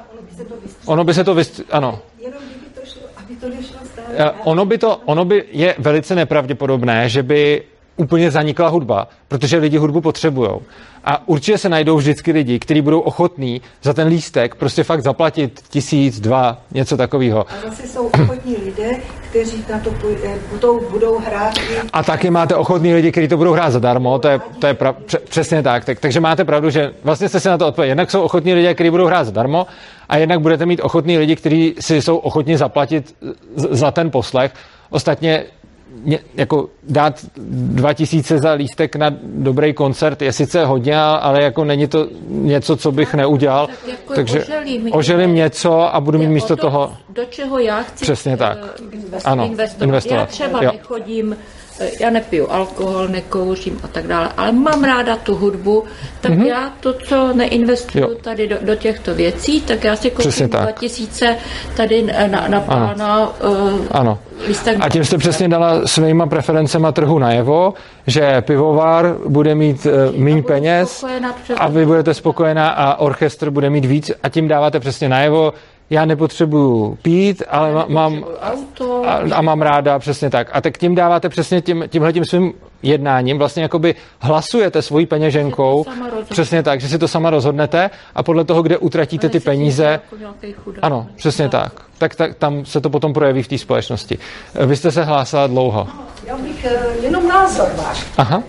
Ono by se to vystřelilo, ano. Jenom kdyby to šlo, aby to nešlo stále. Ono by to, ono by je velice nepravděpodobné, že by úplně zanikla hudba, protože lidi hudbu potřebujou. A určitě se najdou vždycky lidi, kteří budou ochotní za ten lístek prostě fakt zaplatit tisíc, dva, něco takového. A zase jsou ochotní lidé, kteří na to budou, budou hrát. A taky máte ochotní lidi, kteří to budou hrát zadarmo, to je, to je pra, přesně tak. tak. Takže máte pravdu, že vlastně jste si na to odpověděli. Jednak jsou ochotní lidé, kteří budou hrát zadarmo, a jednak budete mít ochotní lidi, kteří si jsou ochotní zaplatit za ten poslech. Ostatně Ně, jako dát dva tisíce za lístek na dobrý koncert je sice hodně, ale jako není to něco, co bych neudělal. Tak jako takže oželím, oželím něco a budu mít místo to, toho... Do čeho já chci přesně tak. investovat. Ano, investovat. Já třeba jo. nechodím, já nepiju alkohol, nekouřím a tak dále, ale mám ráda tu hudbu, tak mm-hmm. já to, co neinvestuju jo. tady do, do těchto věcí, tak já si koupím dva tisíce tady na, na pána uh, ano. A tím jste přesně dala svýma preferencema trhu najevo, že pivovar bude mít uh, míň peněz a vy budete spokojená a orchestr bude mít víc a tím dáváte přesně najevo, já nepotřebuju pít, ale má, mám a, a mám ráda přesně tak. A tak tím dáváte přesně tím, tímhletím svým jednáním, vlastně jakoby hlasujete svojí peněženkou, přesně tak, že si to sama rozhodnete a podle toho, kde utratíte ty peníze, ano, přesně tak. Tak, tak tam se to potom projeví v té společnosti. Vy jste se hlásila dlouho. Já bych jenom názor váš. Aha.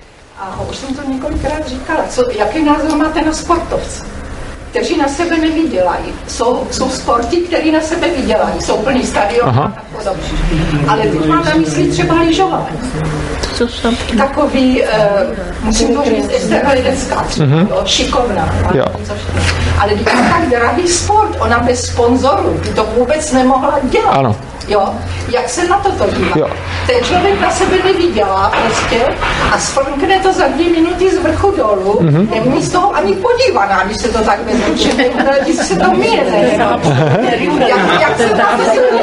A už jsem to několikrát říkala. Co, jaký názor máte na sportovce, kteří na sebe nevydělají? Jsou, jsou sporty, které na sebe vydělají. Jsou plný stadion a podobně. Ale teď mám na mysli třeba lyžování. Co jsem? Takový, uh, musím to říct, esteroidecká třeba, mm-hmm. jo, šikovná. Jo. Ale teď je tak drahý sport, ona bez sponzorů by to vůbec nemohla dělat. Ano. Jo? Jak se na toto dívá? Jo. Ten člověk na sebe nevydělá prostě a sfrkne to za dvě minuty z vrchu dolů, mm-hmm. neumí z toho ani podívaná, když se to tak vezme, když se to míje. jak, jak se na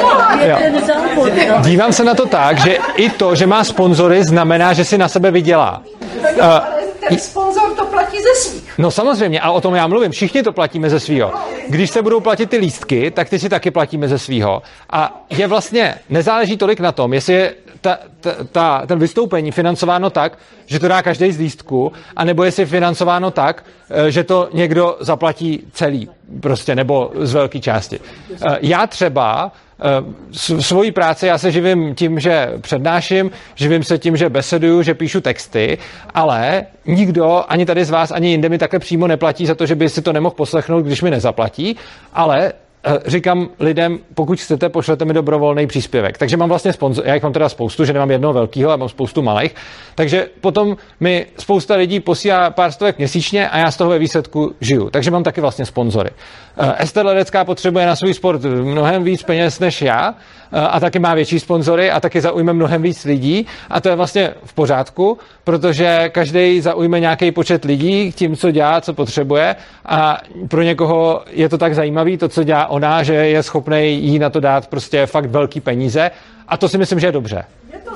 to Dívám se na to tak, že i to, že má sponzory, znamená, že si na sebe vydělá. Uh, ten sponzor to platí ze svých. No samozřejmě, a o tom já mluvím. Všichni to platíme ze svýho. Když se budou platit ty lístky, tak ty si taky platíme ze svýho. A je vlastně, nezáleží tolik na tom, jestli je ta, ta, ta, ten vystoupení financováno tak, že to dá každý z lístků, anebo jestli financováno tak, že to někdo zaplatí celý, prostě, nebo z velké části. Já třeba svojí práci, já se živím tím, že přednáším, živím se tím, že beseduju, že píšu texty, ale nikdo, ani tady z vás, ani jinde mi takhle přímo neplatí za to, že by si to nemohl poslechnout, když mi nezaplatí, ale říkám lidem, pokud chcete, pošlete mi dobrovolný příspěvek. Takže mám vlastně sponzor, já jich mám teda spoustu, že nemám jednoho velkého, ale mám spoustu malých. Takže potom mi spousta lidí posílá pár stovek měsíčně a já z toho ve výsledku žiju. Takže mám taky vlastně sponzory. Ester Ledecká potřebuje na svůj sport mnohem víc peněz než já a taky má větší sponzory a taky zaujme mnohem víc lidí a to je vlastně v pořádku, protože každý zaujme nějaký počet lidí tím, co dělá, co potřebuje a pro někoho je to tak zajímavý, to, co dělá ona, že je schopný jí na to dát prostě fakt velký peníze a to si myslím, že je dobře.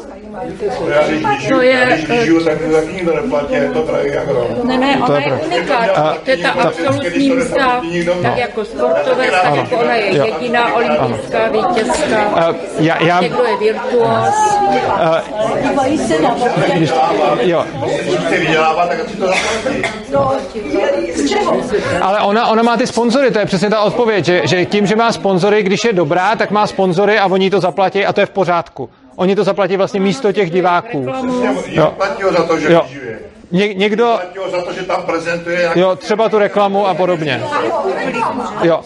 To je... Ne, ne, ona je unikátní. To je ta absolutní mzda, tak jako sportovec, tak jako ona je jediná olympijská vítězka. Někdo je virtuos. Dívají se na Jo. Ale ona, ona má ty sponzory, to je přesně ta odpověď, že, že tím, že má sponzory, když je dobrá, tak má sponzory a oni to zaplatí a to je v pořádku. Oni to zaplatí vlastně místo těch diváků. Jo. Platí ho za to, že jo. Žije. Ně, někdo... Platí ho za to, že tam prezentuje... Jak... Jo, třeba tu reklamu a podobně. Jo.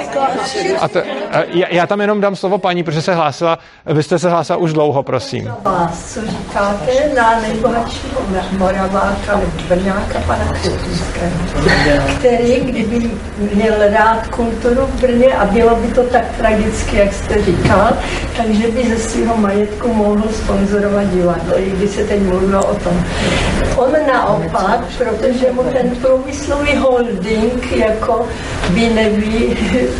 A to, já, já tam jenom dám slovo paní, protože se hlásila, vy jste se hlásila už dlouho, prosím. Vás, co říkáte na nejbohatšího Moraváka, Brňáka, pana Křetínského, který, kdyby měl rád kulturu v Brně a bylo by to tak tragicky, jak jste říkal, takže by ze svého majetku mohl sponzorovat divadlo, i když se teď mluvilo o tom. On naopak, protože mu ten průmyslový holding jako by nevy,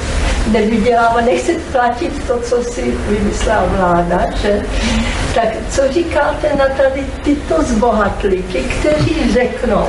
nevydělává, nechce platit to, co si vymyslela vláda, že? Tak co říkáte na tady tyto zbohatlíky, kteří řeknou,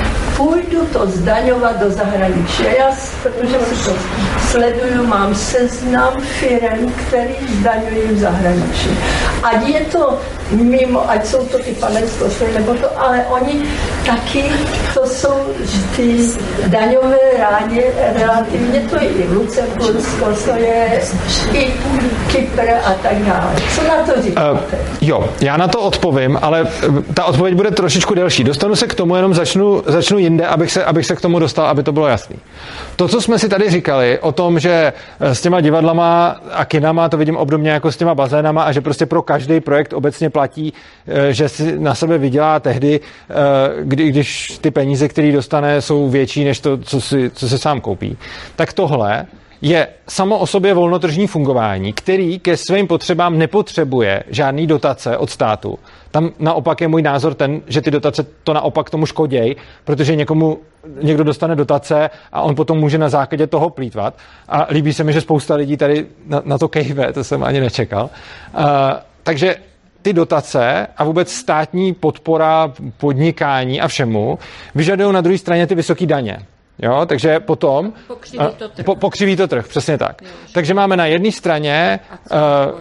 půjdu to zdaňovat do zahraničí. Já, protože si to sleduju, mám seznam firem, který zdaňují v zahraničí. Ať je to mimo, ať jsou to ty panenství, nebo to, ale oni taky, to jsou ty daňové ráně relativně, to je i Lucembursko, to je i Kypr a tak dále. Co na to říkáte? Uh, jo, já na to odpovím, ale ta odpověď bude trošičku delší. Dostanu se k tomu, jenom začnu, začnu jinde, abych se, abych se k tomu dostal, aby to bylo jasný. To, co jsme si tady říkali o tom, že s těma divadlama a kinama to vidím obdobně jako s těma bazénama a že prostě pro každý projekt obecně platí, že si na sebe vydělá tehdy, kdy, když ty peníze, které dostane, jsou větší než to, co si, co si sám koupí. Tak tohle je samo o sobě volnotržní fungování, který ke svým potřebám nepotřebuje žádný dotace od státu. Tam naopak je můj názor ten, že ty dotace to naopak tomu škoděj, protože někomu někdo dostane dotace a on potom může na základě toho plýtvat. A líbí se mi, že spousta lidí tady na, na to kejve, to jsem ani nečekal. Uh, takže ty dotace a vůbec státní podpora podnikání a všemu vyžadují na druhé straně ty vysoké daně. Jo, takže potom pokřiví to trh. Po, pokřiví to trh, přesně tak. Jo, takže máme na jedné straně uh,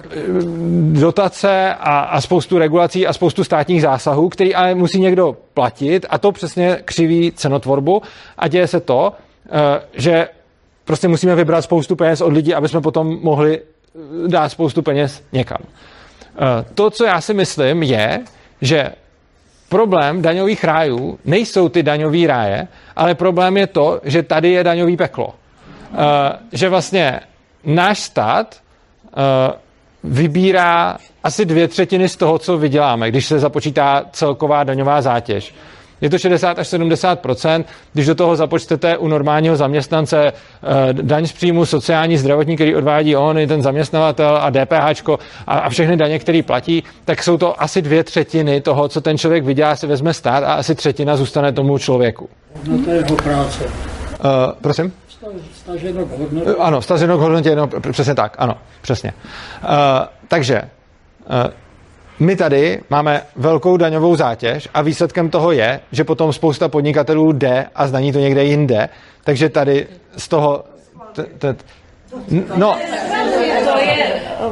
dotace a, a spoustu regulací a spoustu státních zásahů, který ale musí někdo platit a to přesně křiví cenotvorbu a děje se to, uh, že prostě musíme vybrat spoustu peněz od lidí, aby jsme potom mohli dát spoustu peněz někam. Uh, to, co já si myslím, je, že problém daňových rájů nejsou ty daňový ráje, ale problém je to, že tady je daňový peklo. Uh, že vlastně náš stát uh, vybírá asi dvě třetiny z toho, co vyděláme, když se započítá celková daňová zátěž. Je to šedesát až sedmdesát procent, když do toho započtete u normálního zaměstnance daň z příjmu, sociální, zdravotní, který odvádí on, i ten zaměstnavatel a DPHčko a, a všechny daně, které platí, tak jsou to asi dvě třetiny toho, co ten člověk vydělá, si vezme stát a asi třetina zůstane tomu člověku. No to je jeho práce. Uh, prosím? Staženo k hodnotě. Uh, ano, staženo k hodnotě, no, přesně tak, ano, přesně. Uh, takže uh, my tady máme velkou daňovou zátěž a výsledkem toho je, že potom spousta podnikatelů jde a zdaní to někde jinde, takže tady z toho... T, t, no,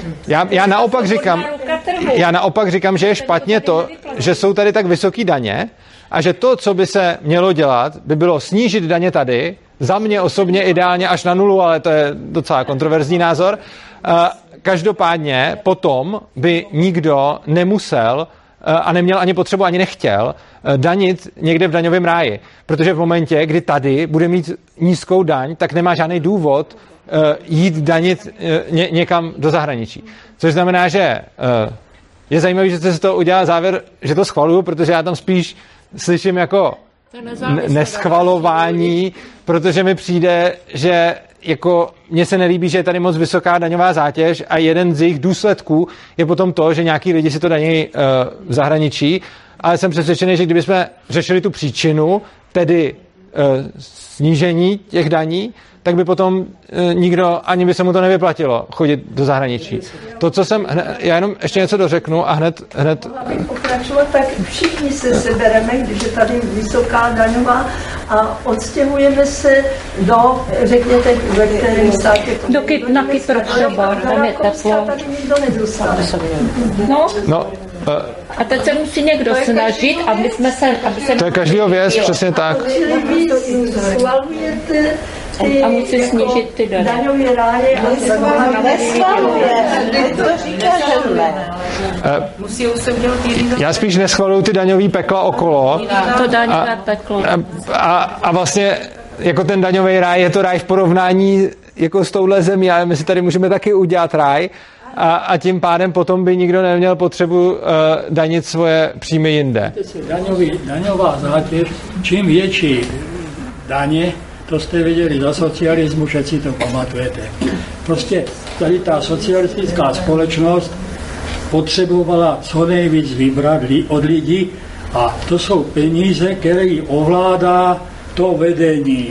Já, já naopak říkám, já naopak říkám, že je špatně to, že jsou tady tak vysoké daně a že to, co by se mělo dělat, by bylo snížit daně tady, za mě osobně ideálně až na nulu, ale to je docela kontroverzní názor. Každopádně potom by nikdo nemusel a neměl ani potřebu, ani nechtěl danit někde v daňovém ráji. Protože v momentě, kdy tady bude mít nízkou daň, tak nemá žádný důvod jít danit ně, někam do zahraničí. Což znamená, že je zajímavé, že jste si to udělal závěr, že to schvaluju, protože já tam spíš slyším jako neschvalování, protože mi přijde, že jako mně se nelíbí, že je tady moc vysoká daňová zátěž a jeden z jejich důsledků je potom to, že nějaký lidi si to daní uh, v zahraničí, ale jsem přesvědčený, že kdybychom řešili tu příčinu, tedy uh, snížení těch daní, tak by potom uh, nikdo, ani by se mu to nevyplatilo chodit do zahraničí. To, co jsem, já jenom ještě něco dořeknu a hned... hned... Abych pokračovat, tak všichni se sebereme, když je tady vysoká daňová a odstěhujeme se do, řekněte, ve kterém státě... Do Kyp, na Kypru třeba, tam je teplo. Tady nikdo nezůstane. No, no uh, a teď se musí někdo snažit, aby jsme se... Aby se to je každýho věc, přesně tak. A musí snížit ty daně. Daňový ráje a Musí se udělat jiný. Já spíš neschvaluju ty daňový pekla okolo. To daňové peklo. A, a vlastně jako ten daňový ráj je to ráj v porovnání jako s touhle zemí, ale my si tady můžeme taky udělat ráj a, a tím pádem potom by nikdo neměl potřebu uh, danit svoje příjmy jinde. Daňový, daňová zátěž, čím větší daně, to jste viděli za socialismu, všetci to pamatujete. Prostě tady ta socialistická společnost potřebovala co nejvíc vybrat od lidí a to jsou peníze, které ovládá to vedení.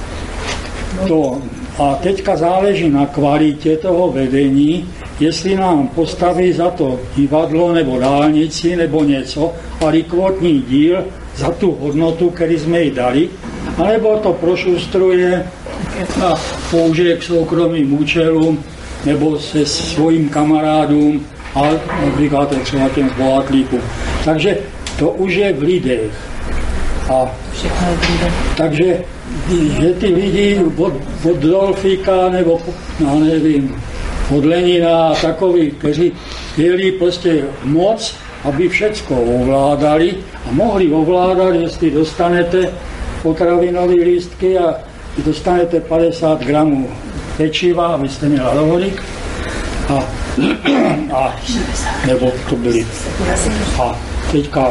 To. A teďka záleží na kvalitě toho vedení, jestli nám postaví za to divadlo nebo dálnici nebo něco a likvotní díl za tu hodnotu, který jsme jí dali, anebo to prošustruje a použije k soukromým účelům nebo se svým kamarádům a například třeba těm bohatlíkům. Takže to už je v lidech. A takže že ty lidi od, od Dolfíka nebo no nevím, od Lenina a takový, kteří chtěli prostě moc, aby všecko ovládali a mohli ovládat, jestli dostanete potravinové lístky a dostanete padesát gramů pečiva, abyste měli hladovodík a, a nebo to byly a teďka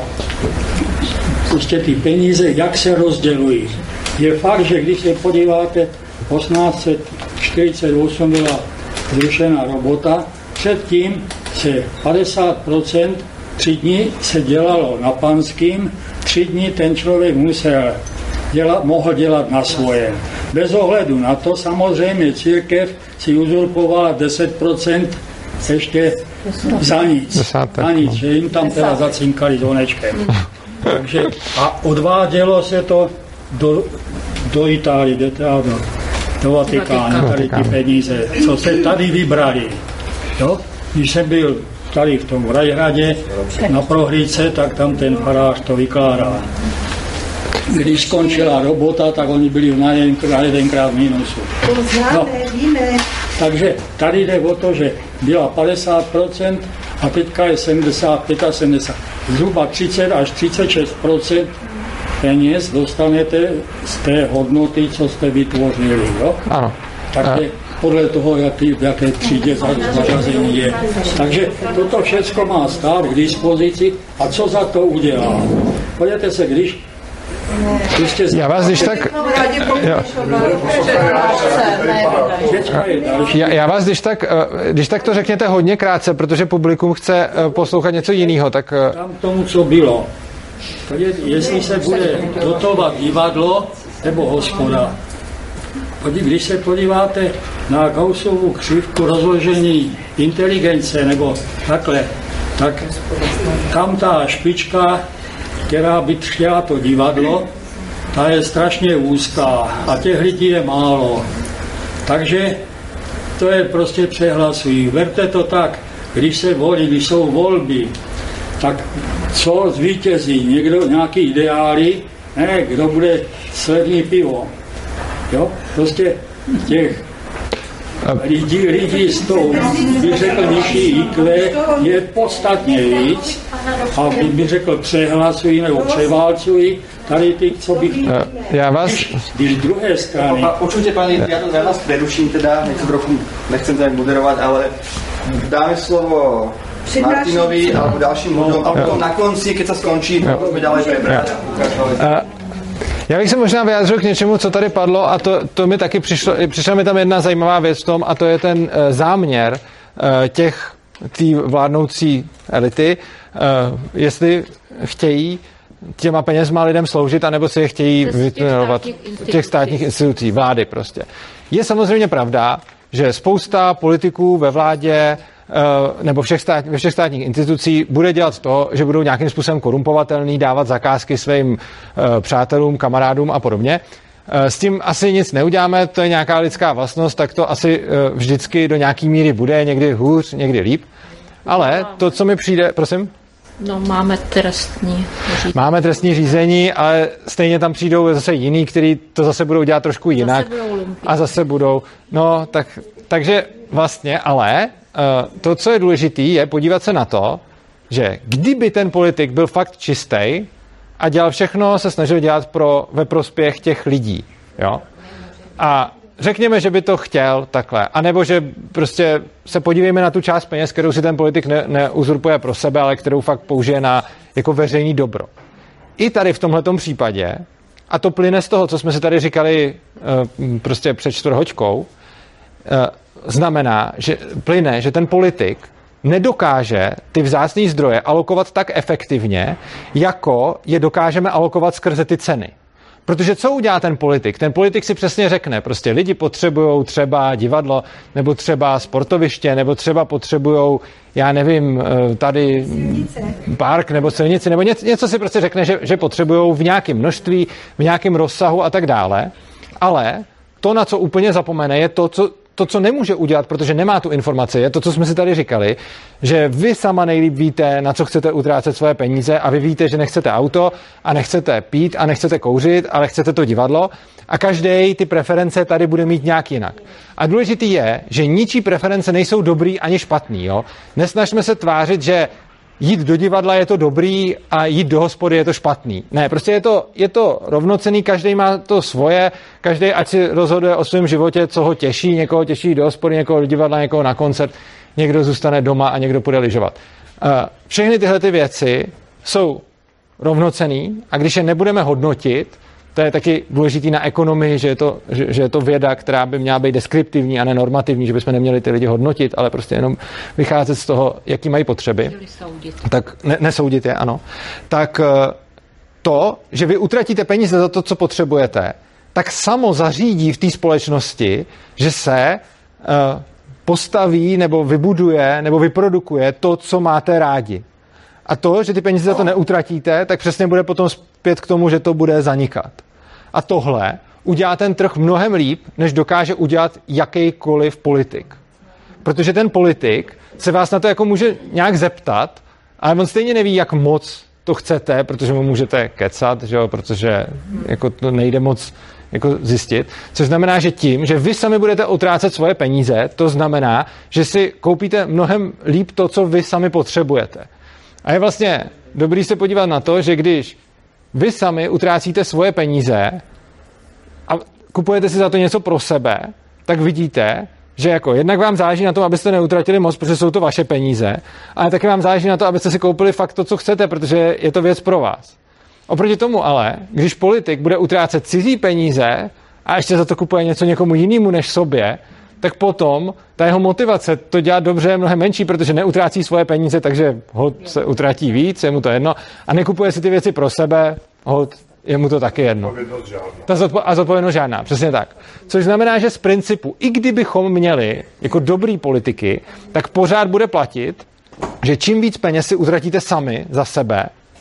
prostě ty peníze, jak se rozdělují. Je fakt, že když se podíváte, osmnáct set čtyřicet osm byla zrušená robota, předtím se padesát procent tři dny se dělalo na panským, tři dny ten člověk musel dělat, mohl dělat na svoje. Bez ohledu na to samozřejmě církev si uzurpovala deset procent ještě za nic. Za nic, že jim tam teda zacinkali zvonečkem. Takže a odvádělo se to do, do Itálie, do, do, do Vatikánu, tady ty peníze, co se tady vybrali. Jo? Když jsem byl tady v tom Rajhradě na prohlídce, tak tam ten farář to vykládal. Když skončila robota, tak oni byli na, jeden, na jedenkrát v mínusu. No, takže tady jde o to, že byla padesát procent a teďka je sedmdesát, sedmdesát pět. Zhruba třicet až třicet šest procent peněz dostanete z té hodnoty, co jste vytvořili. Jo? Ano. Takže podle toho, jaký, v jaké třídě zařazení je. Takže toto všechno má stát k dispozici a co za to udělá? Podívejte se, když Já vás když tak... Já, já vás když tak, když tak to řekněte hodně krátce, protože publikum chce poslouchat něco jiného, tak... Tam tomu, co bylo. Jestli se bude dotovat divadlo nebo hospoda. Když se podíváte na Gaussovu křivku rozložení inteligence nebo takhle, tak tam ta špička, která by chtěla to divadlo, ta je strašně úzká a těch lidí je málo. Takže to je prostě přehlasují. Berte to tak, když se volí, když jsou volby, tak co zvítězí? Někdo, nějaký ideály, ne, kdo bude sledný pivo. Jo? Prostě těch lidí, lidí s tou, bych řekl, nižší í kvé je podstatně víc a bych řekl přehlasují nebo převálcují tady ty, co bych... Já vás... Když, když druhé strany... Určitě, pani, já to za vás preruším teda, nechci trochu, nechcem tady moderovat, ale dáme slovo Martinovi alebo dalším ľuďom, alebo na konci, keď sa skončí, to budeme ďalej prebrať. Já bych se možná vyjádřil k něčemu, co tady padlo, a to, to mi taky přišlo, přišla mi tam jedna zajímavá věc v tom, a to je ten uh, záměr uh, těch, tý vládnoucí elity, uh, jestli chtějí těma penězma lidem sloužit, anebo si je chtějí vytrénovat těch státních institucí, vlády prostě. Je samozřejmě pravda, že spousta politiků ve vládě nebo všech stát, ve všech státních institucí bude dělat to, že budou nějakým způsobem korumpovatelný, dávat zakázky svým uh, přátelům, kamarádům a podobně. Uh, s tím asi nic neuděláme, to je nějaká lidská vlastnost, tak to asi uh, vždycky do nějaký míry bude, někdy hůř, někdy líp. Ale to, co mi přijde, prosím? No, máme trestní řízení. Máme trestní řízení, ale stejně tam přijdou zase jiný, kteří to zase budou dělat trošku jinak. Zase budou a zase budou. No, tak, takže vlastně, ale uh, to, co je důležité, je podívat se na to, že kdyby ten politik byl fakt čistý a dělal všechno, se snažil dělat pro, ve prospěch těch lidí, jo? A řekněme, že by to chtěl takhle. A nebo že prostě se podívejme na tu část peněz, kterou si ten politik ne, neuzurpuje pro sebe, ale kterou fakt použije na jako veřejný dobro. I tady v tomhletom případě, a to plyne z toho, co jsme si tady říkali uh, prostě před čtvrthoďkou, uh, znamená, že plyne, že ten politik nedokáže ty vzácné zdroje alokovat tak efektivně, jako je dokážeme alokovat skrze ty ceny. Protože co udělá ten politik? Ten politik si přesně řekne, prostě lidi potřebují třeba divadlo, nebo třeba sportoviště, nebo třeba potřebují, já nevím, tady silnice. Park nebo silnici, nebo něco, něco si prostě řekne, že, že potřebují v nějakém množství, v nějakém rozsahu a tak dále. Ale to, na co úplně zapomene, je to, co To, co nemůže udělat, protože nemá tu informaci, je to, co jsme si tady říkali, že vy sama nejlíp víte, na co chcete utrácet svoje peníze a vy víte, že nechcete auto a nechcete pít a nechcete kouřit, ale chcete to divadlo a každý ty preference tady bude mít nějak jinak. A důležitý je, že ničí preference nejsou dobrý ani špatný. Jo? Nesnažme se tvářit, že jít do divadla je to dobrý a jít do hospody je to špatný. Ne, prostě je to, je to rovnocenný, každý má to svoje, každý ať si rozhoduje o svém životě, co ho těší, někoho těší do hospody, někoho do divadla, někoho na koncert, někdo zůstane doma a někdo půjde lyžovat. Všechny tyhle ty věci jsou rovnocenný a když je nebudeme hodnotit, to je taky důležitý na ekonomii, že je, to, že, že je to věda, která by měla být deskriptivní a ne normativní, že bychom neměli ty lidi hodnotit, ale prostě jenom vycházet z toho, jaký mají potřeby. Tak ne, nesoudit je, ano. Tak to, že vy utratíte peníze za to, co potřebujete, tak samo zařídí v té společnosti, že se uh, postaví nebo vybuduje nebo vyprodukuje to, co máte rádi. A to, že ty peníze za to neutratíte, tak přesně bude potom zpět k tomu, že to bude zanikat. A tohle udělá ten trh mnohem líp, než dokáže udělat jakýkoliv politik. Protože ten politik se vás na to jako může nějak zeptat, ale on stejně neví, jak moc to chcete, protože mu můžete kecat, že jo, protože jako to nejde moc jako zjistit. Což znamená, že tím, že vy sami budete utrácet svoje peníze, to znamená, že si koupíte mnohem líp to, co vy sami potřebujete. A je vlastně dobrý se podívat na to, že když vy sami utrácíte svoje peníze a kupujete si za to něco pro sebe, tak vidíte, že jako jednak vám záleží na tom, abyste neutratili moc, protože jsou to vaše peníze, ale taky vám záleží na to, abyste si koupili fakt to, co chcete, protože je to věc pro vás. Oproti tomu ale, když politik bude utrácet cizí peníze a ještě za to kupuje něco někomu jinému než sobě, tak potom ta jeho motivace to dělat dobře je mnohem menší, protože neutrácí svoje peníze, takže hod se utratí víc, je mu to jedno, a nekupuje si ty věci pro sebe, hod je mu to taky jedno. Ta zodpo- a zodpovědnost žádná, přesně tak. Což znamená, že z principu, i kdybychom měli jako dobrý politiky, tak pořád bude platit, že čím víc peněz si utratíte sami za sebe,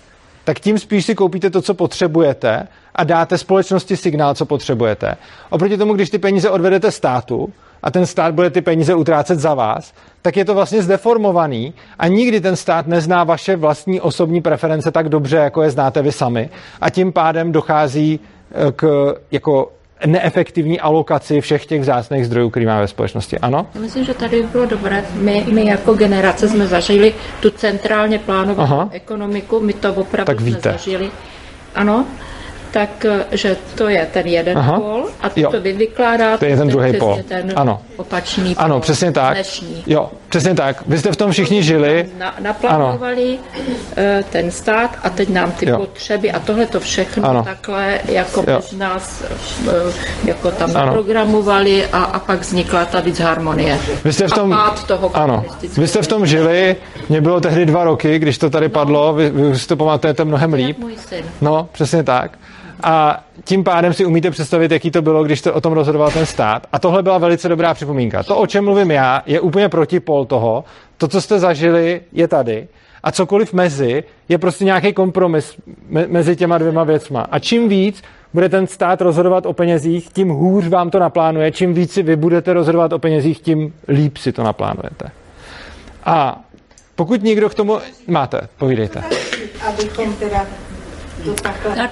tak tím spíš si koupíte to, co potřebujete a dáte společnosti signál, co potřebujete. Oproti tomu, když ty peníze odvedete státu a ten stát bude ty peníze utrácet za vás, tak je to vlastně zdeformovaný a nikdy ten stát nezná vaše vlastní osobní preference tak dobře, jako je znáte vy sami a tím pádem dochází k jako neefektivní alokaci všech těch vzácných zdrojů, které máme ve společnosti. Ano? Já myslím, že tady bylo dobré. My, my jako generace jsme zažili tu centrálně plánovanou Aha. ekonomiku, my to opravdu tak jsme víte. zažili. Ano, tak, že to je ten jeden Aha. pól a to, to vy vykládáte. To je ten druhý pól. Ten ano. opačný pól. Ano, přesně tak. Dnešní. Jo, přesně tak. Vy jste v tom všichni žili. Na, naplánovali ano. ten stát a teď nám ty jo. potřeby a tohle to všechno ano. takhle jako bez nás jako tam ano. naprogramovali a, a pak vznikla ta disharmonie. Vy jste v tom, a pád toho ano. Vy jste v tom žili, mě bylo tehdy dva roky, když to tady no. padlo, vy, vy si to pamatujete mnohem líp. Můj syn. No, přesně tak. A tím pádem si umíte představit, jaký to bylo, když to o tom rozhodoval ten stát. A tohle byla velice dobrá připomínka. To, o čem mluvím já, je úplně protipol toho. To, co jste zažili, je tady. A cokoliv mezi, je prostě nějaký kompromis me- mezi těma dvěma věcma. A čím víc bude ten stát rozhodovat o penězích, tím hůř vám to naplánuje. Čím víc si vy budete rozhodovat o penězích, tím líp si to naplánujete. A pokud někdo k tomu... Máte, povídejte. Abychom teda to takhle...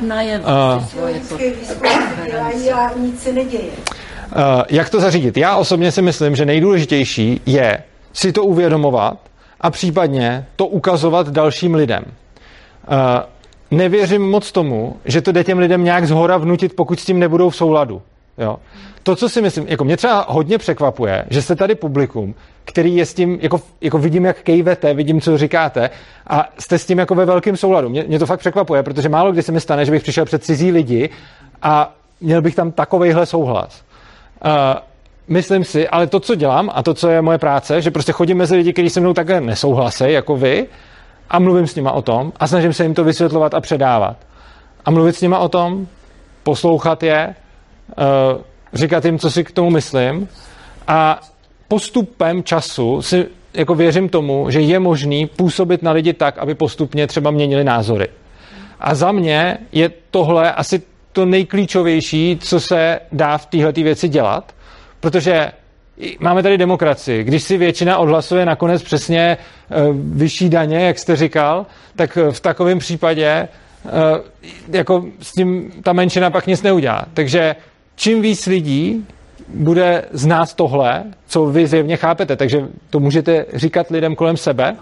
A nic se neděje. Uh, jak to zařídit? Já osobně si myslím, že nejdůležitější je si to uvědomovat a případně to ukazovat dalším lidem. Uh, nevěřím moc tomu, že to jde těm lidem nějak zhora vnutit, pokud s tím nebudou v souladu. Jo? To, co si myslím, jako mě třeba hodně překvapuje, že jste tady publikum, který je s tím, jako, jako vidím, jak kejvete, vidím, co říkáte a jste s tím jako ve velkém souladu. Mě, mě to fakt překvapuje, protože málo kdy se mi stane, že bych přišel před cizí lidi a měl bych tam takovejhle souhlas. Uh, myslím si, ale to, co dělám a to, co je moje práce, že prostě chodím mezi lidi, kteří se mnou takhle nesouhlasí, jako vy, a mluvím s nima o tom a snažím se jim to vysvětlovat a předávat. A mluvit s nima o tom, poslouchat je, uh, říkat jim, co si k tomu myslím a postupem času si jako věřím tomu, že je možný působit na lidi tak, aby postupně třeba měnili názory. A za mě je tohle asi to nejklíčovější, co se dá v téhleté věci dělat, protože máme tady demokracii. Když si většina odhlasuje nakonec přesně vyšší daně, jak jste říkal, tak v takovém případě jako s tím ta menšina pak nic neudělá. Takže čím víc lidí bude znát tohle, co vy zjevně chápete, takže to můžete říkat lidem kolem sebe,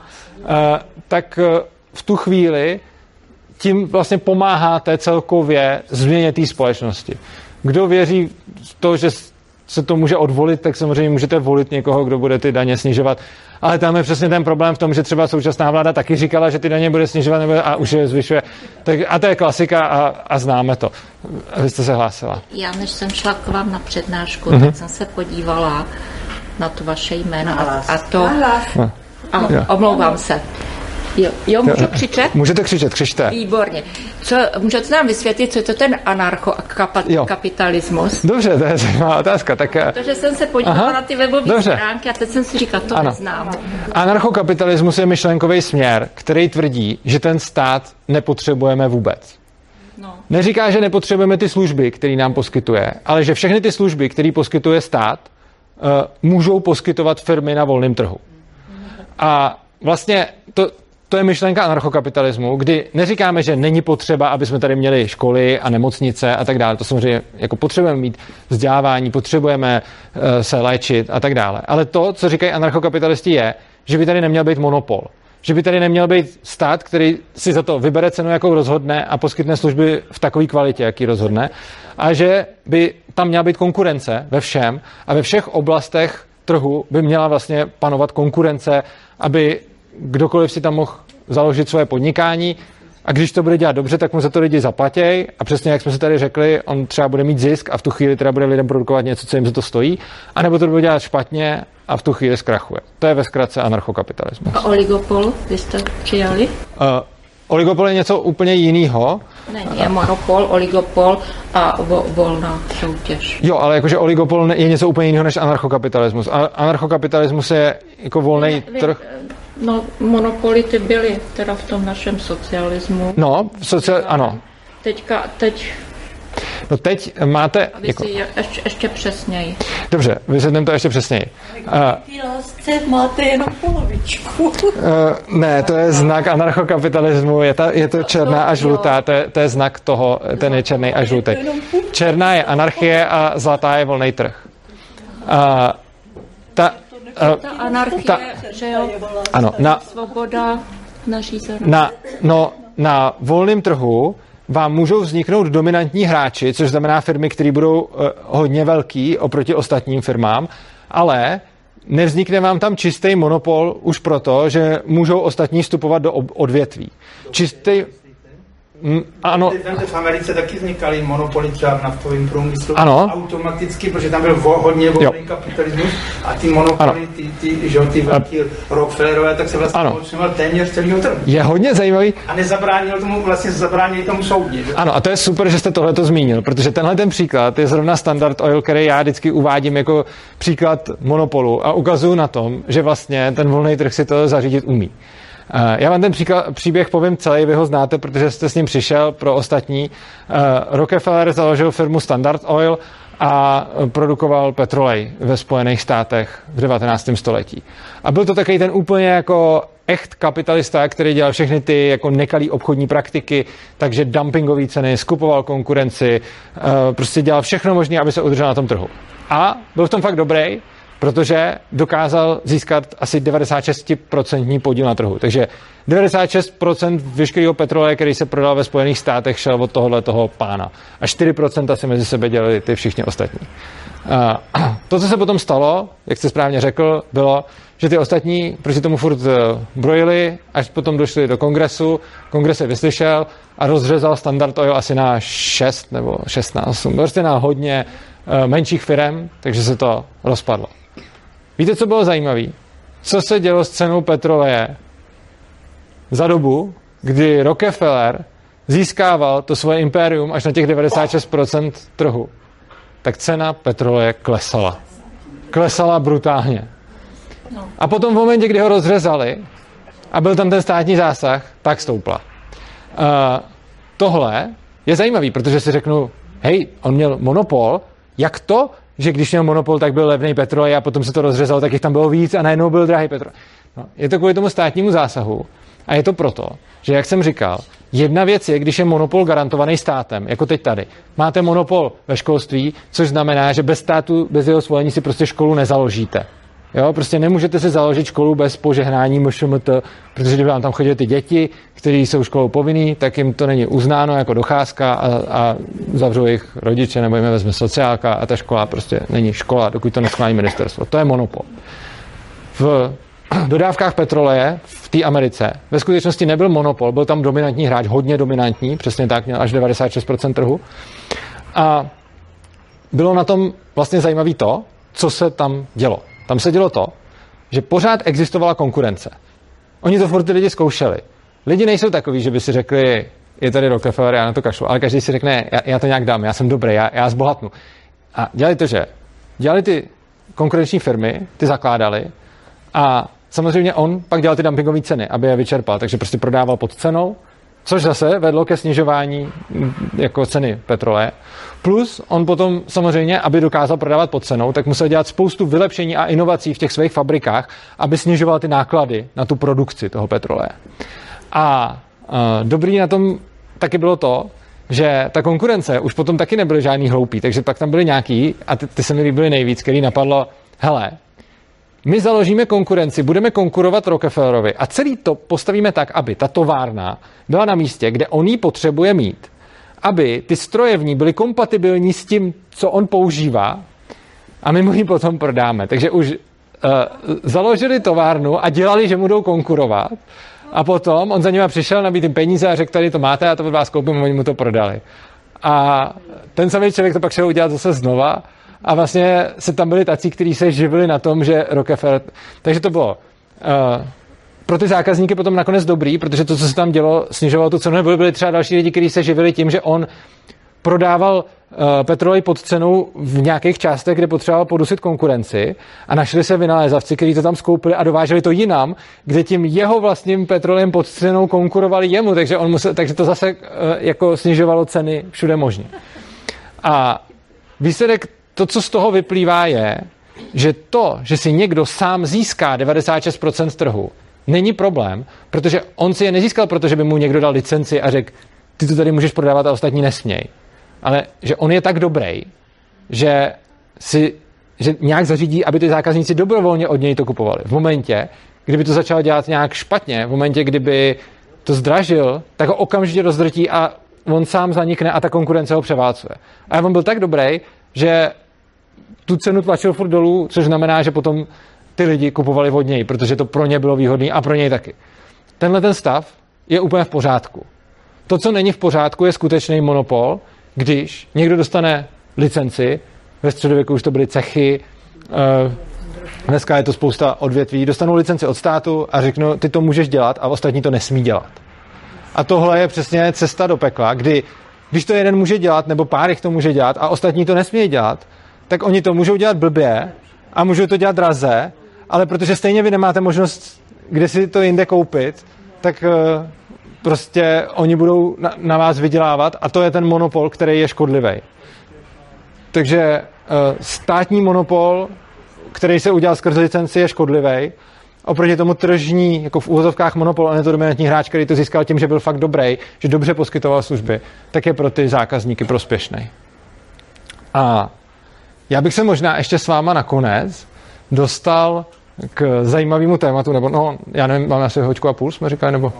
tak v tu chvíli tím vlastně pomáháte celkově změně té společnosti. Kdo věří v to, že se to může odvolit, tak samozřejmě můžete volit někoho, kdo bude ty daně snižovat. Ale tam je přesně ten problém v tom, že třeba současná vláda taky říkala, že ty daně bude snižovat nebo a už je zvyšuje. Tak, a to je klasika a, a známe to. Vy jste se hlásila. Já než jsem šla k vám na přednášku, mm-hmm. tak jsem se podívala na to vaše jméno a, a to... A, omlouvám se. Jo, jo, můžu křičet? Můžete křičet, křičte. Výborně. Co, můžete nám vysvětlit, co je to ten anarchokapitalismus? Dobře, to je zajímavá otázka. Tak... Protože jsem se podívala Aha. na ty webové stránky a teď jsem si říkal, to ano. neznám. Anarchokapitalismus je myšlenkový směr, který tvrdí, že ten stát nepotřebujeme vůbec. No. Neříká, že nepotřebujeme ty služby, které nám poskytuje, ale že všechny ty služby, které poskytuje stát, uh, můžou poskytovat firmy na volném trhu. A vlastně to, to je myšlenka anarchokapitalismu, kdy neříkáme, že není potřeba, aby jsme tady měli školy a nemocnice a tak dále. To samozřejmě jako potřebujeme mít vzdělávání, potřebujeme uh, se léčit a tak dále. Ale to, co říkají anarchokapitalisti, je, že by tady neměl být monopol. Že by tady neměl být stát, který si za to vybere cenu, jakou rozhodne a poskytne služby v takové kvalitě, jaký rozhodne. A že by tam měla být konkurence ve všem a ve všech oblastech trhu by měla vlastně panovat konkurence, aby kdokoliv si tam mohl založit svoje podnikání a když to bude dělat dobře, tak mu za to lidi zaplatěj a přesně jak jsme si tady řekli, on třeba bude mít zisk a v tu chvíli teda bude lidem produkovat něco, co jim za to stojí, anebo to bude dělat špatně a v tu chvíli zkrachuje. To je ve zkratce anarchokapitalismus. A oligopol, vy jste přijali? Uh, oligopol je něco úplně jiného. Není, je monopol, oligopol a vo, volná soutěž. Jo, ale jakože oligopol je něco úplně jiného než anarchokapitalismus. Anarchokapitalismus je jako volný trh. No, monopoly ty byly teda v tom našem socialismu. No, sociál, ano. Teďka, teď... No teď máte... Aby jako... si ještě, ještě přesněji. Dobře, vysvětlím to ještě přesněji. Ty lásce máte jenom polovičku. Uh, ne, to je znak anarchokapitalismu, je, ta, je to černá a žlutá, to je, to je znak toho, ten je černý a žlutý. Černá je anarchie a zlatá je volný trh. Uh, ta, uh, ta anarchie, ta, že jo? Ano, na, svoboda nařízená. Na, no, na volném trhu vám můžou vzniknout dominantní hráči, což znamená firmy, které budou uh, hodně velký oproti ostatním firmám, ale nevznikne vám tam čistý monopol už proto, že můžou ostatní vstupovat do odvětví. Čistý... Mm, ano. V Americe taky vznikaly monopoly třeba v naftovém průmyslu ano. Automaticky, protože tam byl vo, hodně volný kapitalismus a ty monopoly, ty, ty, že, ty velký Rockefellerové, tak se vlastně počinoval téměř celého trhu. Je hodně zajímavý. A nezabránil tomu, vlastně zabránili tomu soudně. Že? Ano, a to je super, že jste tohleto zmínil, protože tenhle ten příklad je zrovna Standard Oil, který já vždycky uvádím jako příklad monopolu a ukazuju na tom, že vlastně ten volný trh si to zařídit umí. Já vám ten příklad, příběh povím celý, vy ho znáte, protože jste s ním přišel pro ostatní. Rockefeller založil firmu Standard Oil a produkoval petrolej ve Spojených státech v devatenáctém století. A byl to takový ten úplně jako echt kapitalista, který dělal všechny ty jako nekalý obchodní praktiky, takže dumpingové ceny, skupoval konkurenci, prostě dělal všechno možné, aby se udržel na tom trhu. A byl v tom fakt dobrý, protože dokázal získat asi devadesát šest procent podíl na trhu. Takže devadesát šest procent veškerého petroleje, který se prodal ve Spojených státech, šel od tohohle toho pána. A čtyři procenta si mezi sebe dělali ty všichni ostatní. To, co se potom stalo, jak jste správně řekl, bylo, že ty ostatní proti tomu furt brojili, až potom došli do kongresu, kongres se vyslyšel a rozřezal Standard Oil asi na šest nebo šestnáct, prostě na hodně menších firem, takže se to rozpadlo. Víte, co bylo zajímavé? Co se dělo s cenou petroleje za dobu, kdy Rockefeller získával to svoje impérium až na těch devadesát šest procent trhu? Tak cena petroleje klesala. Klesala brutálně. A potom v momentě, kdy ho rozřezali a byl tam ten státní zásah, tak stoupla. Uh, tohle je zajímavý, protože si řeknu, hej, on měl monopol, jak to, že když měl monopol, tak byl levný petrolej a potom se to rozřezalo, tak jich tam bylo víc a najednou byl drahý petrolej. No, je to kvůli tomu státnímu zásahu a je to proto, že jak jsem říkal, jedna věc je, když je monopol garantovaný státem, jako teď tady. Máte monopol ve školství, což znamená, že bez státu, bez jeho svolení si prostě školu nezaložíte. Jo, prostě nemůžete si založit školu bez požehnání M Š M T, protože kdyby vám tam chodili ty děti, kteří jsou školou povinný, tak jim to není uznáno jako docházka a, a zavřou jejich rodiče nebo jim vezme sociálka a ta škola prostě není škola, dokud to neschválí ministerstvo. To je monopol. V dodávkách petroleje v té Americe ve skutečnosti nebyl monopol, byl tam dominantní hráč, hodně dominantní, přesně tak, měl až devadesát šest procent trhu. A bylo na tom vlastně zajímavé to, co se tam dělo. Tam se dělo to, že pořád existovala konkurence. Oni to furt ty lidi zkoušeli. Lidi nejsou takový, že by si řekli, je tady Rockefeller, já na to kašlu, ale každý si řekne, já, já to nějak dám, já jsem dobrý, já, já zbohatnu. A dělali to, že dělali ty konkurenční firmy, ty zakládali a samozřejmě on pak dělal ty dumpingové ceny, aby je vyčerpal, takže prostě prodával pod cenou, což zase vedlo ke snižování jako ceny petroleje. Plus on potom samozřejmě, aby dokázal prodávat pod cenou, tak musel dělat spoustu vylepšení a inovací v těch svých fabrikách, aby snižoval ty náklady na tu produkci toho petroleje. A uh, dobrý na tom taky bylo to, že ta konkurence už potom taky nebyly žádný hloupý, takže pak tam byly nějaký, a ty, ty se mi líbily nejvíc, který napadlo, hele, my založíme konkurenci, budeme konkurovat Rockefellerovi a celý to postavíme tak, aby ta továrna byla na místě, kde on ji potřebuje mít, aby ty stroje v ní byly kompatibilní s tím, co on používá a my mu ji potom prodáme. Takže už uh, založili továrnu a dělali, že mu jdou konkurovat a potom on za nima přišel, nabít jim peníze a řekl, tady to máte, já to od vás koupím a oni mu to prodali. A ten samý člověk to pak šel udělat zase znova a vlastně se tam byli tací, kteří se živili na tom, že Rockefeller... Takže to bylo uh, pro ty zákazníky potom nakonec dobrý, protože to, co se tam dělo, snižovalo tu cenu, nebo byli třeba další lidi, kteří se živili tím, že on prodával uh, petrolej pod cenou v nějakých částech, kde potřeboval podusit konkurenci a našli se vynalézavci, kteří to tam skoupili a dováželi to jinam, kde tím jeho vlastním petrolejem pod cenou konkurovali jemu, takže, on musel, takže to zase uh, jako snižovalo ceny všude možně. A výsledek, to, co z toho vyplývá, je, že to, že si někdo sám získá devadesát šest procent trhu, není problém, protože on si je nezískal, protože by mu někdo dal licenci a řekl, ty to tady můžeš prodávat a ostatní nesměj. Ale že on je tak dobrý, že si že nějak zařídí, aby ty zákazníci dobrovolně od něj to kupovali. V momentě, kdyby to začal dělat nějak špatně, v momentě, kdyby to zdražil, tak ho okamžitě rozdrtí a on sám zanikne a ta konkurence ho převálcuje. A on byl tak dobrý, že tu cenu tlačil furt dolů, což znamená, že potom ty lidi kupovali od něj, protože to pro ně bylo výhodné a pro něj taky. Tenhle ten stav je úplně v pořádku. To, co není v pořádku, je skutečný monopol, když někdo dostane licenci, ve středověku už to byly cechy, dneska je to spousta odvětví, dostanou licenci od státu a řeknou, ty to můžeš dělat a ostatní to nesmí dělat. A tohle je přesně cesta do pekla, kdy když to jeden může dělat, nebo pár jich to může dělat a ostatní to nesmí dělat, tak oni to můžou dělat blbě a můžou to dělat draze, ale protože stejně vy nemáte možnost, kde si to jinde koupit, tak uh, prostě oni budou na, na vás vydělávat a to je ten monopol, který je škodlivý. Takže uh, státní monopol, který se udělal skrze licenci, je škodlivý. Oproti tomu tržní, jako v úvozovkách monopol, a ne to dominantní hráč, který to získal tím, že byl fakt dobrý, že dobře poskytoval služby, tak je pro ty zákazníky prospěšný. A já bych se možná ještě s váma nakonec dostal k zajímavému tématu, nebo no, já nevím, máme asi hoďku a půl, jsme říkali, nebo?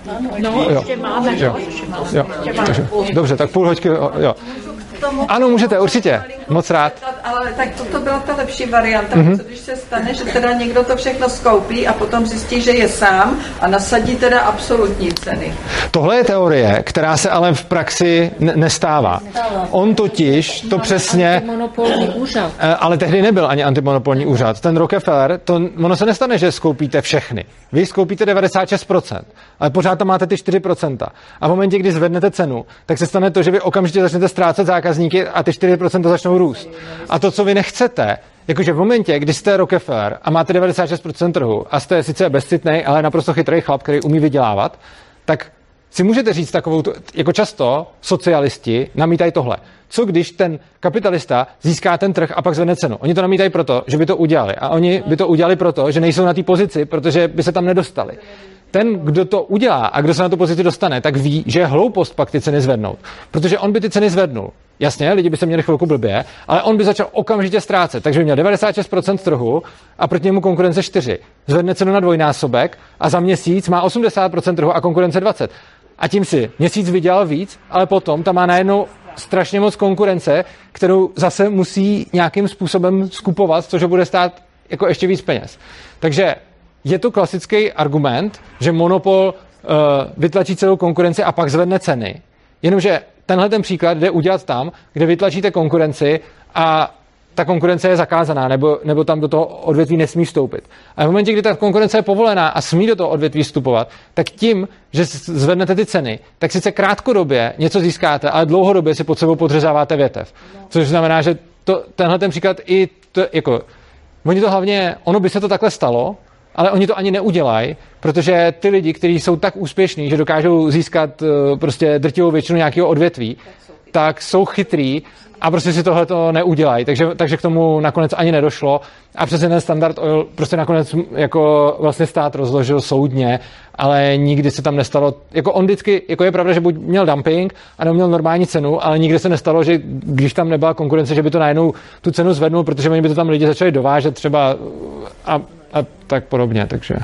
No, ještě máme. Jo. Jo. Takže, dobře, tak půl hoďky, jo. Ano, můžete, určitě, moc rád. Ale tak to byla ta lepší varianta, mm-hmm. co když se stane, že teda někdo to všechno skoupí a potom zjistí, že je sám a nasadí teda absolutní ceny. Tohle je teorie, která se ale v praxi ne- nestává. On totiž to přesně... Antimonopolní úřad. Ale tehdy nebyl ani antimonopolní úřad. Ten Rockefeller, to, ono se nestane, že skoupíte všechny. Vy skoupíte devadesát šest procent, ale pořád tam máte ty čtyři procenta. A v momentě, kdy zvednete cenu, tak se stane to, že vy okamžitě začnete ztrácet zákazníky a ty čtyři procenta začnou růst. A to, co vy nechcete, jakože v momentě, kdy jste Rockefeller a máte devadesát šest procent trhu a jste sice bezcitnej, ale naprosto chytrý chlap, který umí vydělávat, tak si můžete říct takovou, jako často socialisti namítají tohle. Co když ten kapitalista získá ten trh a pak zvedne cenu? Oni to namítají proto, že by to udělali. A oni by to udělali proto, že nejsou na té pozici, protože by se tam nedostali. Ten, kdo to udělá a kdo se na tu pozici dostane, tak ví, že je hloupost pak ty ceny zvednout. Protože on by ty ceny zvednul. Jasně, lidi by se měli chvilku blbě, ale on by začal okamžitě ztrácet. Takže by měl devadesát šest procent trhu a proti němu konkurence čtyři. Zvedne cenu na dvojnásobek a za měsíc má osmdesát procent trhu a konkurence dvacet. A tím si měsíc vydělal víc, ale potom tam má najednou strašně moc konkurence, kterou zase musí nějakým způsobem skupovat, což ho bude stát jako ještě víc peněz. Takže je to klasický argument, že monopol uh, vytlačí celou konkurenci a pak zvedne ceny. Jenomže tenhle ten příklad jde udělat tam, kde vytlačíte konkurenci a ta konkurence je zakázaná, nebo, nebo tam do toho odvětví nesmí vstoupit. A v momentě, kdy ta konkurence je povolená a smí do toho odvětví vstupovat, tak tím, že zvednete ty ceny, tak sice krátkodobě něco získáte, ale dlouhodobě si pod sebou podřezáváte větev. Což znamená, že to, tenhle ten příklad i to, jako, oni to hlavně, ono by se to takhle stalo, ale oni to ani neudělají, protože ty lidi, kteří jsou tak úspěšní, že dokážou získat uh, prostě drtivou většinu nějakého odvětví, tak jsou chytrý a prostě si tohle to neudělají. Takže, takže k tomu nakonec ani nedošlo. A přesně ten Standard Oil prostě nakonec jako vlastně stát rozložil soudně, ale nikdy se tam nestalo, jako on vždycky, jako je pravda, že buď měl dumping a neměl normální cenu, ale nikdy se nestalo, že když tam nebyla konkurence, že by to najednou tu cenu zvednul, protože oni by to tam lidi začali dovážet třeba a, a tak podobně, takže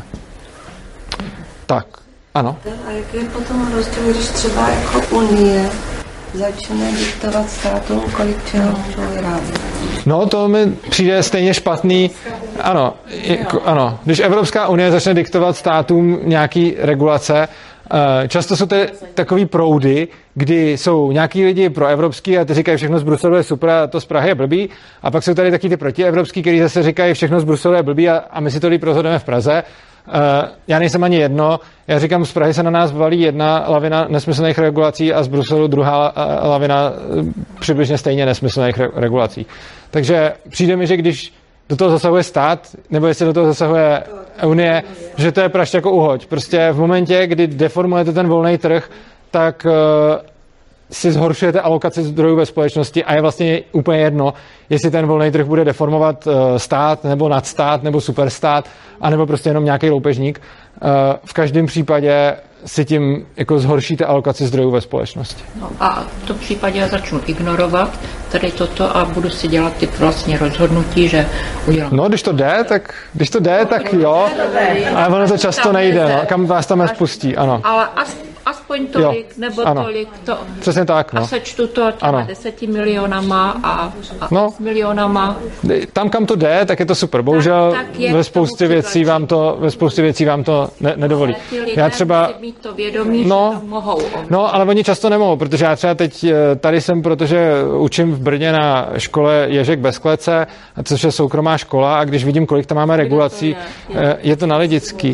tak, ano. A jak je potom rozdíl, když třeba jako Unie začne diktovat státům, kolik čeho můžou vyrábět? No, to mi přijde stejně špatný. Ano, jako, ano, když Evropská unie začne diktovat státům nějaký regulace, často jsou to takový proudy, kdy jsou nějaký lidi proevropský a ty říkají, všechno z Bruselu je super a to z Prahy je blbý, a pak jsou tady taky ty protievropský, kteří zase říkají, všechno z Bruselu je blbý a, a my si to líp rozhodneme v Praze. já nejsem ani jedno, já říkám, z Prahy se na nás valí jedna lavina nesmyslných regulací a z Bruselu druhá lavina přibližně stejně nesmyslných regulací. Takže přijde mi, že když do toho zasahuje stát, nebo jestli do toho zasahuje Unie, že to je prašť jako uhoď. Prostě v momentě, kdy deformujete ten volný trh, tak si zhoršujete alokaci zdrojů ve společnosti a je vlastně úplně jedno, jestli ten volný trh bude deformovat stát, nebo nadstát, nebo superstát, anebo prostě jenom nějaký loupežník. V každém případě si tím jako zhoršíte alokaci zdrojů ve společnosti. No a v tom případě já začnu ignorovat tady toto a budu si dělat ty vlastně rozhodnutí, že udělám. No, když to jde, tak, když to jde, tak jo, ale ono to často nejde, no, kam vás tam spustí, ano. Ale as, aspoň tolik, jo, nebo ano. tolik, to. Přesně tak, no. A sečtu to třeba deseti milionama a, a no. s milionama. Tam, kam to jde, tak je to super. Bohužel tak, ve spoustě věcí vám to, ve spoustě věcí vám to ne, nedovolí. Já třeba mít to vědomí, no, že to mohou. No, ale oni často nemohou, protože já třeba teď tady jsem, protože učím v Brně na škole Ježek bez klece, což je soukromá škola, a když vidím, kolik tam máme regulací, je? Je. je to na Lidický.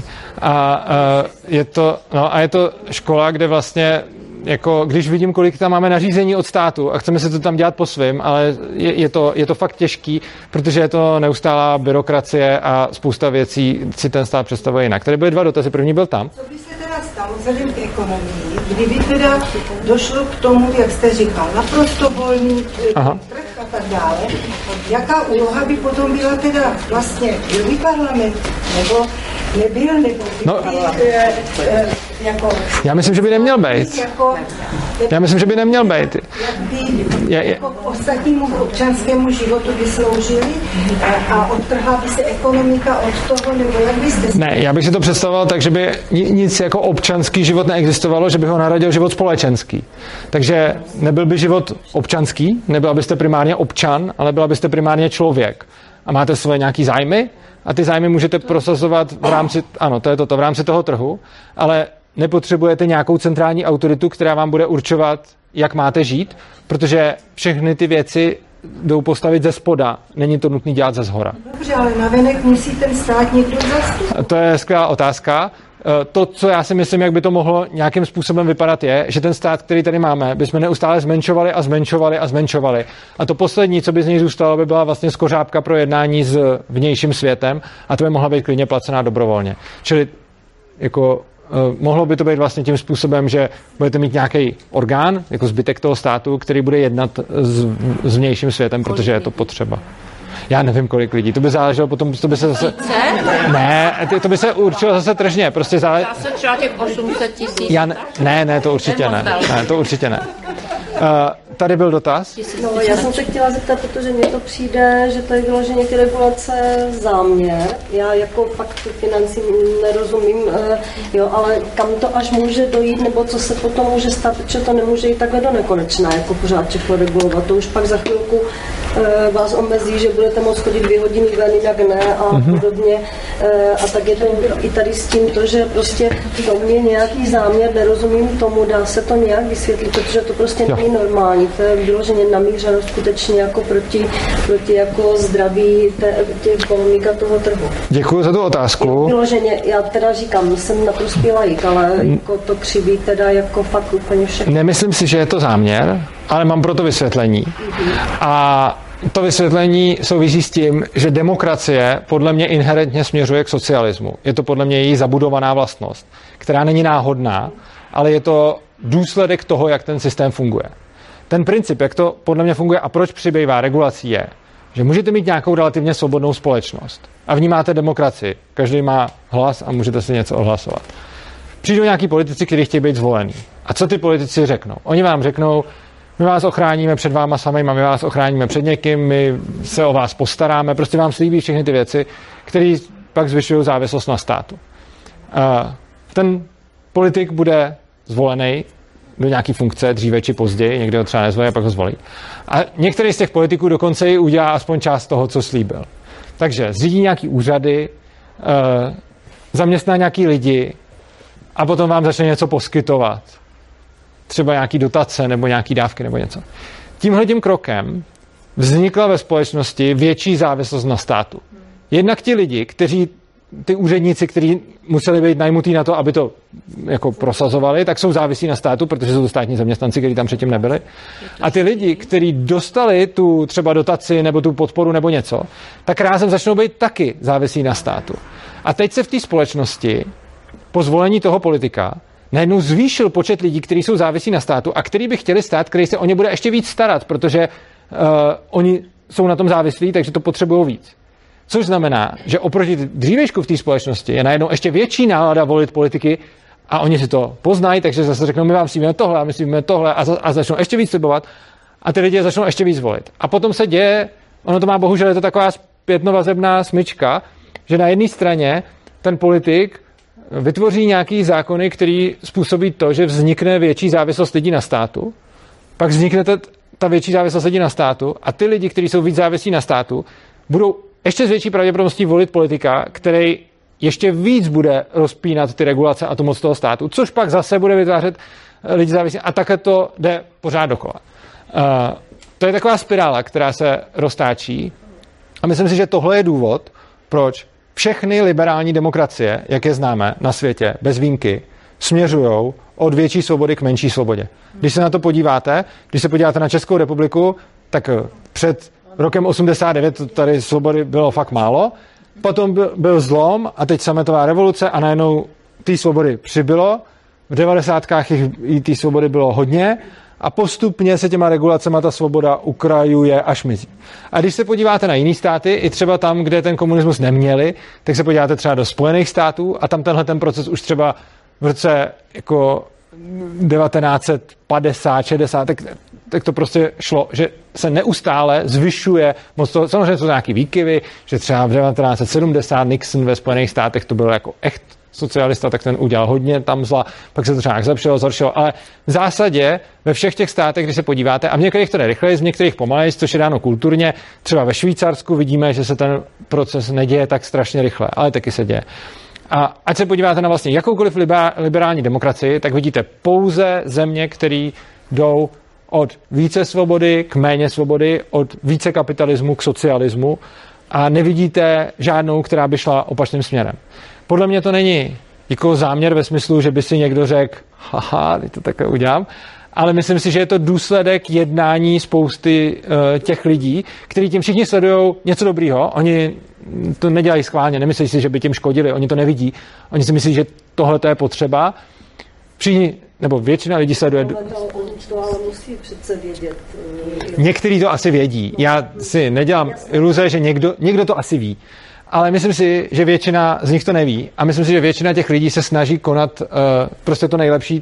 A je to, no, a je to škola, kde vlastně jako, když vidím, kolik tam máme nařízení od státu a chceme se to tam dělat po svým, ale je, je, to, je to fakt těžký, protože je to neustálá byrokracie a spousta věcí si ten stát představuje jinak. Tady byly dva dotazy, první byl tam. Co by se teda stalo vzhledem k ekonomii, kdyby teda došlo k tomu, jak jste říkal, naprosto volný trh a tak dále, jaká úloha by potom byla teda vlastně druhý parlament, nebo nebyl, nebo no, e, e, jako... Já myslím, že by neměl být. Jako, Já myslím, že by neměl být. Jak by je, je. Jako ostatnímu občanskému životu by sloužili a, a odtrhla by se ekonomika od toho, nebo jak byste... Ne, já bych si to představoval tak, že by nic jako občanský život neexistovalo, že by ho nahradil život společenský. Takže nebyl by život občanský, nebyl byste primárně občan, ale byla byste primárně člověk. A máte svoje nějaký zájmy a ty zájmy můžete prosazovat v rámci, ano, to je toto, v rámci toho trhu, ale nepotřebujete nějakou centrální autoritu, která vám bude určovat, jak máte žít, protože všechny ty věci jdou postavit ze spoda. Není to nutné dělat ze zhora. Dobře, ale navenek musí ten stát někdo zastupovat. To je skvělá otázka. To, co já si myslím, jak by to mohlo nějakým způsobem vypadat, je, že ten stát, který tady máme, bychom neustále zmenšovali a zmenšovali a zmenšovali. A to poslední, co by z něj zůstalo, by byla vlastně skořápka pro jednání s vnějším světem a to by mohla být klidně placená dobrovolně. Čili jako Uh, mohlo by to být vlastně tím způsobem, že budete mít nějaký orgán, jako zbytek toho státu, který bude jednat s, s vnějším světem, protože je to potřeba. Já nevím, kolik lidí. To by záleželo potom, to by se zase... Ne, to by se určilo zase tržně. Prostě zále... Zase třeba těch osm set tisíc. Já ne, ne, ne, to určitě ne. Ne, to určitě ne. Uh, tady byl dotaz. No, já jsem se chtěla zeptat, protože mně to přijde, že to je vyloženě ty regulace záměr. Já jako fakt financím nerozumím, jo, ale kam to až může dojít, nebo co se potom může stát, protože to nemůže jít takhle do nekonečna, jako pořád všechno regulovat. To už pak za chvilku vás omezí, že budete moct chodit dvě hodiny ven, jinak ne a mm-hmm. podobně. A tak je to i tady s tím, to, že prostě to mě nějaký záměr, nerozumím tomu, dá se to nějak vysvětlit, protože to prostě není normální. To je vyloženě namířeno skutečně jako proti, proti jako zdraví těch ekonomika toho trhu. Děkuji za tu otázku. Vyloženě, já teda říkám, jsem naprostý laik, ale jako to křiví teda jako fakt úplně všechno. Nemyslím si, že je to záměr, ale mám pro to vysvětlení. Mm-hmm. A to vysvětlení souvisí s tím, že demokracie podle mě inherentně směřuje k socialismu. Je to podle mě její zabudovaná vlastnost, která není náhodná, ale je to důsledek toho, jak ten systém funguje. Ten princip, jak to podle mě funguje a proč přibývá regulací, je, že můžete mít nějakou relativně svobodnou společnost a vnímáte demokracii. Každý má hlas a můžete si něco ohlasovat. Přijdou nějaký politici, kteří chtějí být zvolení. A co ty politici řeknou? Oni vám řeknou, my vás ochráníme před váma samejma, my vás ochráníme před někým, my se o vás postaráme, prostě vám slíbí všechny ty věci, které pak zvyšují závislost na státu. Ten politik bude zvolený do nějaké funkce dříve či později, někde ho třeba nezvolí a pak ho zvolí. A některý z těch politiků dokonce i udělá aspoň část toho, co slíbil. Takže zřídí nějaký úřady, zaměstná nějaký lidi a potom vám začne něco poskytovat. Třeba nějaký dotace nebo nějaký dávky nebo něco. Tímhletím krokem vznikla ve společnosti větší závislost na státu. Jednak ti lidi, kteří ty úředníci, kteří museli být najmutí na to, aby to jako prosazovali, tak jsou závislí na státu, protože jsou to státní zaměstnanci, kteří tam předtím nebyli. A ty lidi, kteří dostali tu třeba dotaci nebo tu podporu nebo něco, tak rázem začnou být taky závislí na státu. A teď se v té společnosti po zvolení toho politika najednou zvýšil počet lidí, kteří jsou závislí na státu a kteří by chtěli stát, který se o ně bude ještě víc starat, protože uh, oni jsou na tom závislí, takže to potřebují víc. Což znamená, že oproti dřívějšku v té společnosti je najednou ještě větší nálada volit politiky a oni si to poznají, takže zase řeknou, my vám slíbíme tohle a my slíbíme tohle a, za, a začnou ještě víc slibovat a ty lidi začnou ještě víc volit. A potom se děje, ono to má bohužel, je to taková zpětnovazebná smyčka, že na jedné straně ten politik vytvoří nějaký zákony, který způsobí to, že vznikne větší závislost lidí na státu, pak vznikne ta, ta větší závislost lidí na státu a ty lidi, kteří jsou víc závislí na státu, budou ještě s větší pravděpodobností volit politika, který ještě víc bude rozpínat ty regulace a tu moc toho státu, což pak zase bude vytvářet lidi závislí a také to jde pořád dokola. Uh, to je taková spirála, která se roztáčí a myslím si, že tohle je důvod, proč všechny liberální demokracie, jak je známe na světě, bez výjimky, směřují od větší svobody k menší svobodě. Když se na to podíváte, když se podíváte na Českou republiku, tak před rokem osmdesát devět tady svobody bylo fakt málo, potom byl, byl zlom a teď sametová revoluce a najednou té svobody přibylo, v devadesátkách jich té svobody bylo hodně a postupně se těma regulacema ta svoboda ukrajuje až mizí. A když se podíváte na jiné státy, i třeba tam, kde ten komunismus neměli, tak se podíváte třeba do Spojených států a tam tenhle ten proces už třeba v roce jako devatenáct padesát, šedesát, tak, tak to prostě šlo, že se neustále zvyšuje moc toho, samozřejmě jsou nějaký výkyvy, že třeba v devatenáct sedmdesát Nixon ve Spojených státech to byl jako echt socialista, tak ten udělal hodně tam zla, pak se to třeba zlepšilo, zhoršilo, ale v zásadě ve všech těch státech, když se podíváte, a v některých to jde rychleji, v některých pomaleji, což je dáno kulturně, třeba ve Švýcarsku vidíme, že se ten proces neděje tak strašně rychle, ale taky se děje. A ať se podíváte na vlastně jakoukoliv liberální demokracii, tak vidíte pouze země, které jdou od více svobody k méně svobody, od více kapitalismu k socialismu a nevidíte žádnou, která by šla opačným směrem. Podle mě to není jako záměr ve smyslu, že by si někdo řekl, haha, teď to takhle udělám, ale myslím si, že je to důsledek jednání spousty uh, těch lidí, kteří tím všichni sledují něco dobrýho. Oni to nedělají schválně, nemyslí si, že by tím škodili, oni to nevidí. Oni si myslí, že tohle je potřeba. Všichni, nebo většina lidí sleduje... To, to ale musí přece vědět. Někteří to asi vědí. Já si nedělám iluze, že někdo, někdo to asi ví. Ale myslím si, že většina z nich to neví. A myslím si, že většina těch lidí se snaží konat uh, prostě to nejlepší,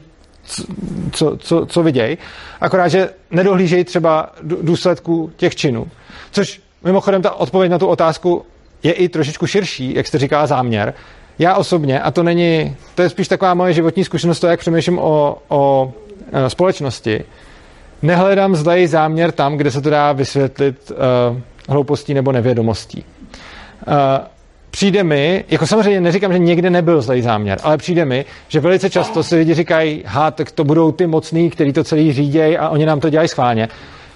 co, co, co vidějí. Akorát, že nedohlížejí třeba důsledku těch činů. Což mimochodem ta odpověď na tu otázku je i trošičku širší, jak jste říkala, záměr. Já osobně, a to není, to je spíš taková moje životní zkušenost, to jak přemýšlím o, o e, společnosti, nehledám zlej záměr tam, kde se to dá vysvětlit e, hloupostí nebo nevědomostí. E, přijde mi, jako samozřejmě neříkám, že někde nebyl zlej záměr, ale přijde mi, že velice často si lidi říkají, ha, tak to budou ty mocný, kteří to celý řídějí a oni nám to dělají schválně.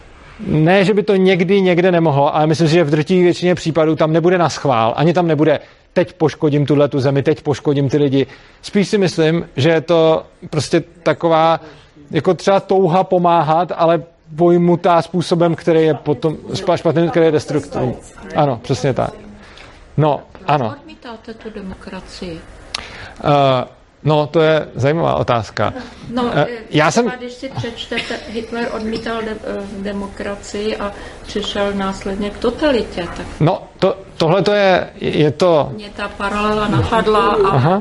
Ne, že by to někdy někde nemohlo, ale myslím si, že v drtivé většině případů tam nebude na schvál, ani tam nebude teď poškodím tuhle tu zemi, teď poškodím ty lidi. Spíš si myslím, že je to prostě taková jako třeba touha pomáhat, ale pojmutá způsobem, který je potom špatný, který je destruktivní. Ano, přesně tak. No, ano. Odmítáte tu demokracii? Uh, No, to je zajímavá otázka. No, uh, já jsem... když si přečtete, Hitler odmítal de- demokracii a přišel následně k totalitě. Tak... No, to, tohle to je, je to... Mě ta paralela napadla a... Aha.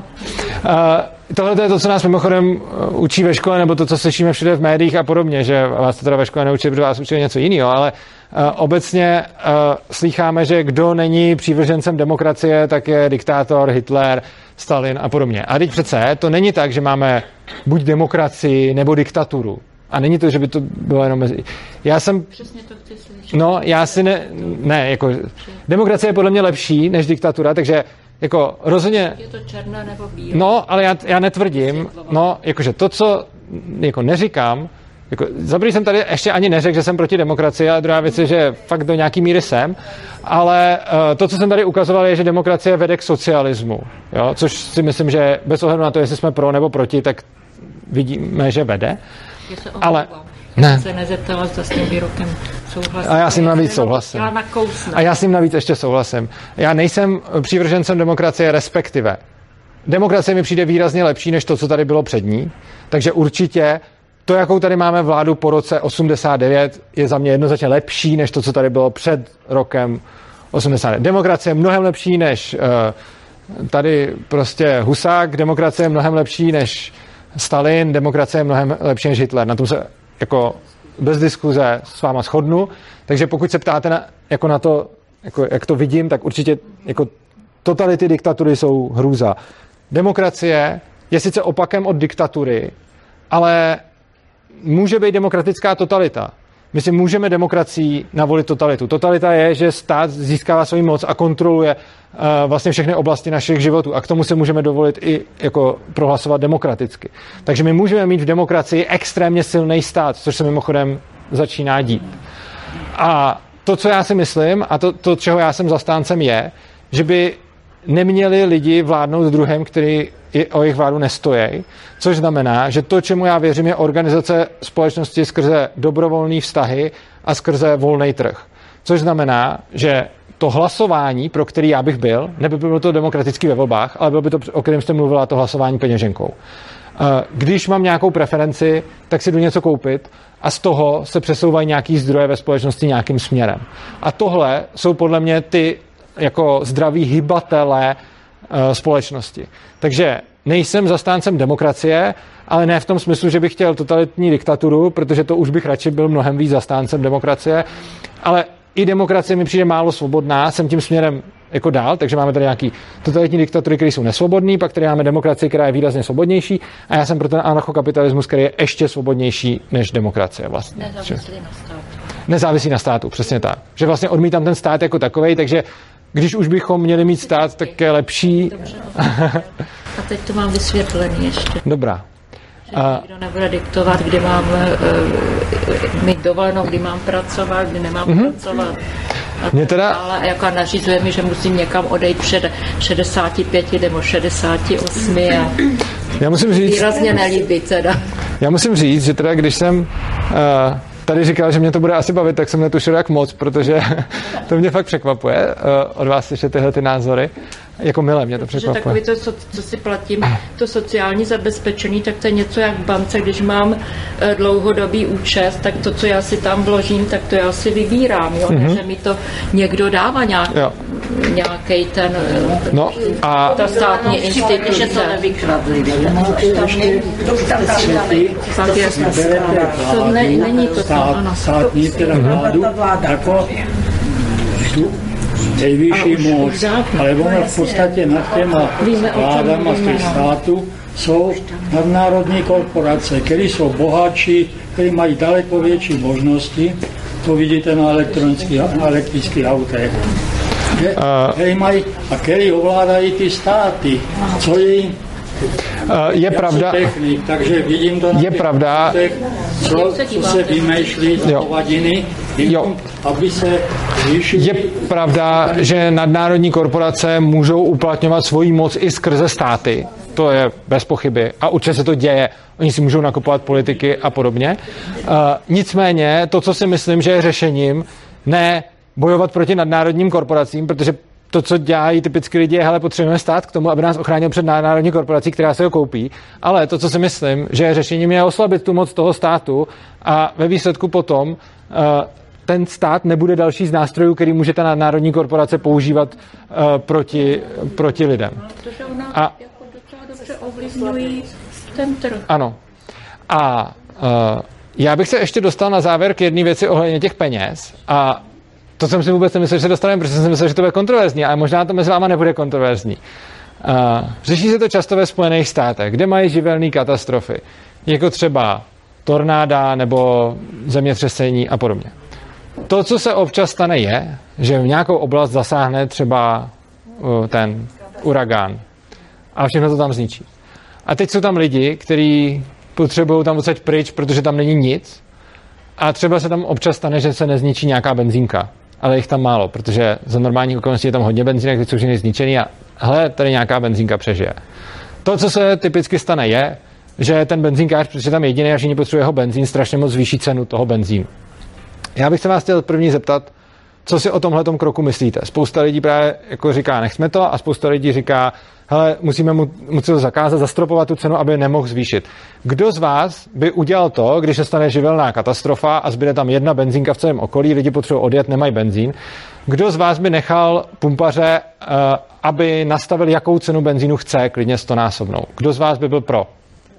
Uh, tohle to je to, co nás mimochodem učí ve škole, nebo to, co slyšíme všude v médiích a podobně, že vás to teda ve škole neučí, protože vás učí něco jiného, ale uh, obecně uh, slýcháme, že kdo není přívržencem demokracie, tak je diktátor, Hitler, Stalin a podobně. A teď přece to není tak, že máme buď demokracii nebo diktaturu. A není to, že by to bylo jenom mezi... Já jsem... Přesně to chci slyšet. No, já si ne... Ne, jako... Demokracie je podle mě lepší než diktatura, takže jako rozhodně... Je to černé nebo bílé? No, ale já, já netvrdím, no, jakože to, co jako neříkám, Jako, za první jsem tady ještě ani neřekl, že jsem proti demokracii, a druhá věc je, že fakt do nějaký míry jsem, ale uh, to, co jsem tady ukazoval, je, že demokracie vede k socialismu, jo? Což si myslím, že bez ohledu na to, jestli jsme pro nebo proti, tak vidíme, že vede. Ale ne. Se nezeptala, zda s tím výrokem souhlasím. A já s ním navíc souhlasím. A já s ním navíc ještě souhlasím. Já nejsem přívržencem demokracie, respektive. Demokracie mi přijde výrazně lepší, než to, co tady bylo před ní. Takže určitě to, jakou tady máme vládu po roce osmdesát devět, je za mě jednoznačně lepší, než to, co tady bylo před rokem osmdesát devět. Demokracie je mnohem lepší, než uh, tady prostě Husák. Demokracie je mnohem lepší, než Stalin. Demokracie je mnohem lepší, než Hitler. Na tom se jako bez diskuze s váma shodnu. Takže pokud se ptáte na, jako na to, jako, jak to vidím, tak určitě jako totality diktatury jsou hrůza. Demokracie je sice opakem od diktatury, ale může být demokratická totalita. My si můžeme demokracií navolit totalitu. Totalita je, že stát získává svou moc a kontroluje uh, vlastně všechny oblasti našich životů. A k tomu se můžeme dovolit i jako prohlasovat demokraticky. Takže my můžeme mít v demokracii extrémně silný stát, což se mimochodem začíná dít. A to, co já si myslím, a to, to čeho já jsem zastáncem, je, že by neměli lidi vládnout druhem, který o jejich vládu nestojí, což znamená, že to, čemu já věřím, je organizace společnosti skrze dobrovolné vztahy a skrze volný trh. Což znamená, že to hlasování, pro který já bych byl, neby bylo to demokraticky ve volbách, ale bylo by to, o kterém jste mluvila, to hlasování peněženkou. Když mám nějakou preferenci, tak si jdu něco koupit a z toho se přesouvají nějaký zdroje ve společnosti nějakým směrem. A tohle jsou podle mě ty jako zdraví hybatelé uh, společnosti. Takže nejsem zastáncem demokracie, ale ne v tom smyslu, že bych chtěl totalitní diktaturu, protože to už bych radši byl mnohem víc zastáncem demokracie, ale i demokracie mi přijde málo svobodná, jsem tím směrem jako dál, takže máme tady nějaký totalitní diktatury, které jsou nesvobodné, pak tady máme demokracii, která je výrazně svobodnější, a já jsem pro ten anarchokapitalismus, který je ještě svobodnější než demokracie vlastně. Nezávislý na státu. Nezávislý na státu, přesně tak. Že vlastně odmítám ten stát jako takovej, takže když už bychom měli mít stát, tak je lepší. Dobře. A teď to mám vysvětlený ještě. Dobrá. Že nikdo nebude diktovat, kdy mám uh, mít dovolenou, kdy mám pracovat, kdy nemám mm-hmm. pracovat. A mě teda... ale jako nařizuje mi, že musím někam odejít před šedesáti pěti nebo šedesáti osmi a já musím říct... výrazně nelíbí teda. Já musím říct, že teda když jsem uh, tady říkal, že mě to bude asi bavit, tak jsem netušil jak moc, protože to mě fakt překvapuje uh, od vás slyšet tyhle ty názory. Jako milé mě to překvapuje. Takový to, co, co si platím, to sociální zabezpečení, tak to je něco jak v bance, když mám uh, dlouhodobý účet, tak to, co já si tam vložím, tak to já si vybírám, jo? Mm-hmm. Ne, že mi to někdo dává nějak, nějaký ten no, a... ta státní instituce. Že to nevykradli. To ne, není to tam. Státní teda vládu, jako nejvyšší moc, ale ono v podstatě nad těma vládama z těch států jsou nadnárodní korporace, které jsou bohatší, které mají daleko větší možnosti, to vidíte na elektronických, na elektrických autech. Který mají, a který ovládají ty státy, co je jim je pravda, technik, takže vidím to na je pravda, těch, co, co se vymýšlí za hovadiny, aby se zvýšili. Je pravda, že nadnárodní korporace můžou uplatňovat svoji moc i skrze státy. To je bez pochyby. A určitě se to děje. Oni si můžou nakupovat politiky a podobně. Uh, nicméně to, co si myslím, že je řešením, ne bojovat proti nadnárodním korporacím, protože to, co dělají typicky lidi, je, hele, potřebujeme stát k tomu, aby nás ochránil před nadnárodní korporací, která se ho koupí. Ale to, co si myslím, že řešením je oslabit tu moc toho státu a ve výsledku potom uh, ten stát nebude další z nástrojů, který může ta nadnárodní korporace používat uh, proti, proti lidem. Protože ona a, jako docela dobře ovlivňují ten trh. Ano. A uh, já bych se ještě dostal na závěr k jedné věci ohledně těch peněz a to jsem si vůbec nemyslel, že se dostaneme, protože jsem myslel, že to bude kontroverzní, ale možná to mezi váma nebude kontroverzní. Uh, řeší se to často ve Spojených státech, kde mají živelné katastrofy, jako třeba tornáda nebo zemětřesení a podobně. To, co se občas stane, je, že v nějakou oblast zasáhne třeba uh, ten uragán a všechno to tam zničí. A teď jsou tam lidi, kteří potřebují tam odsaď pryč, protože tam není nic. A třeba se tam občas stane, že se nezničí nějaká benzínka. Ale jich tam málo, protože za normálních okolností je tam hodně benzínek, ty jsou všechny zničený a hele, tady nějaká benzínka přežije. To, co se typicky stane, je, že ten benzínkář, protože tam jediný a všichni potřebuje jeho benzín, strašně moc zvýší cenu toho benzínu. Já bych se vás chtěl první zeptat, co si o tomhletom kroku myslíte. Spousta lidí právě jako říká, nechceme to, a spousta lidí říká, hele, musíme mu, mu to zakázat, zastropovat tu cenu, aby nemohl zvýšit. Kdo z vás by udělal to, když se stane živelná katastrofa a zbyde tam jedna benzínka v celém okolí, lidi potřebují odjet, nemají benzín. Kdo z vás by nechal pumpaře, aby nastavil, jakou cenu benzínu chce, klidně stonásobnou? Kdo z vás by byl pro?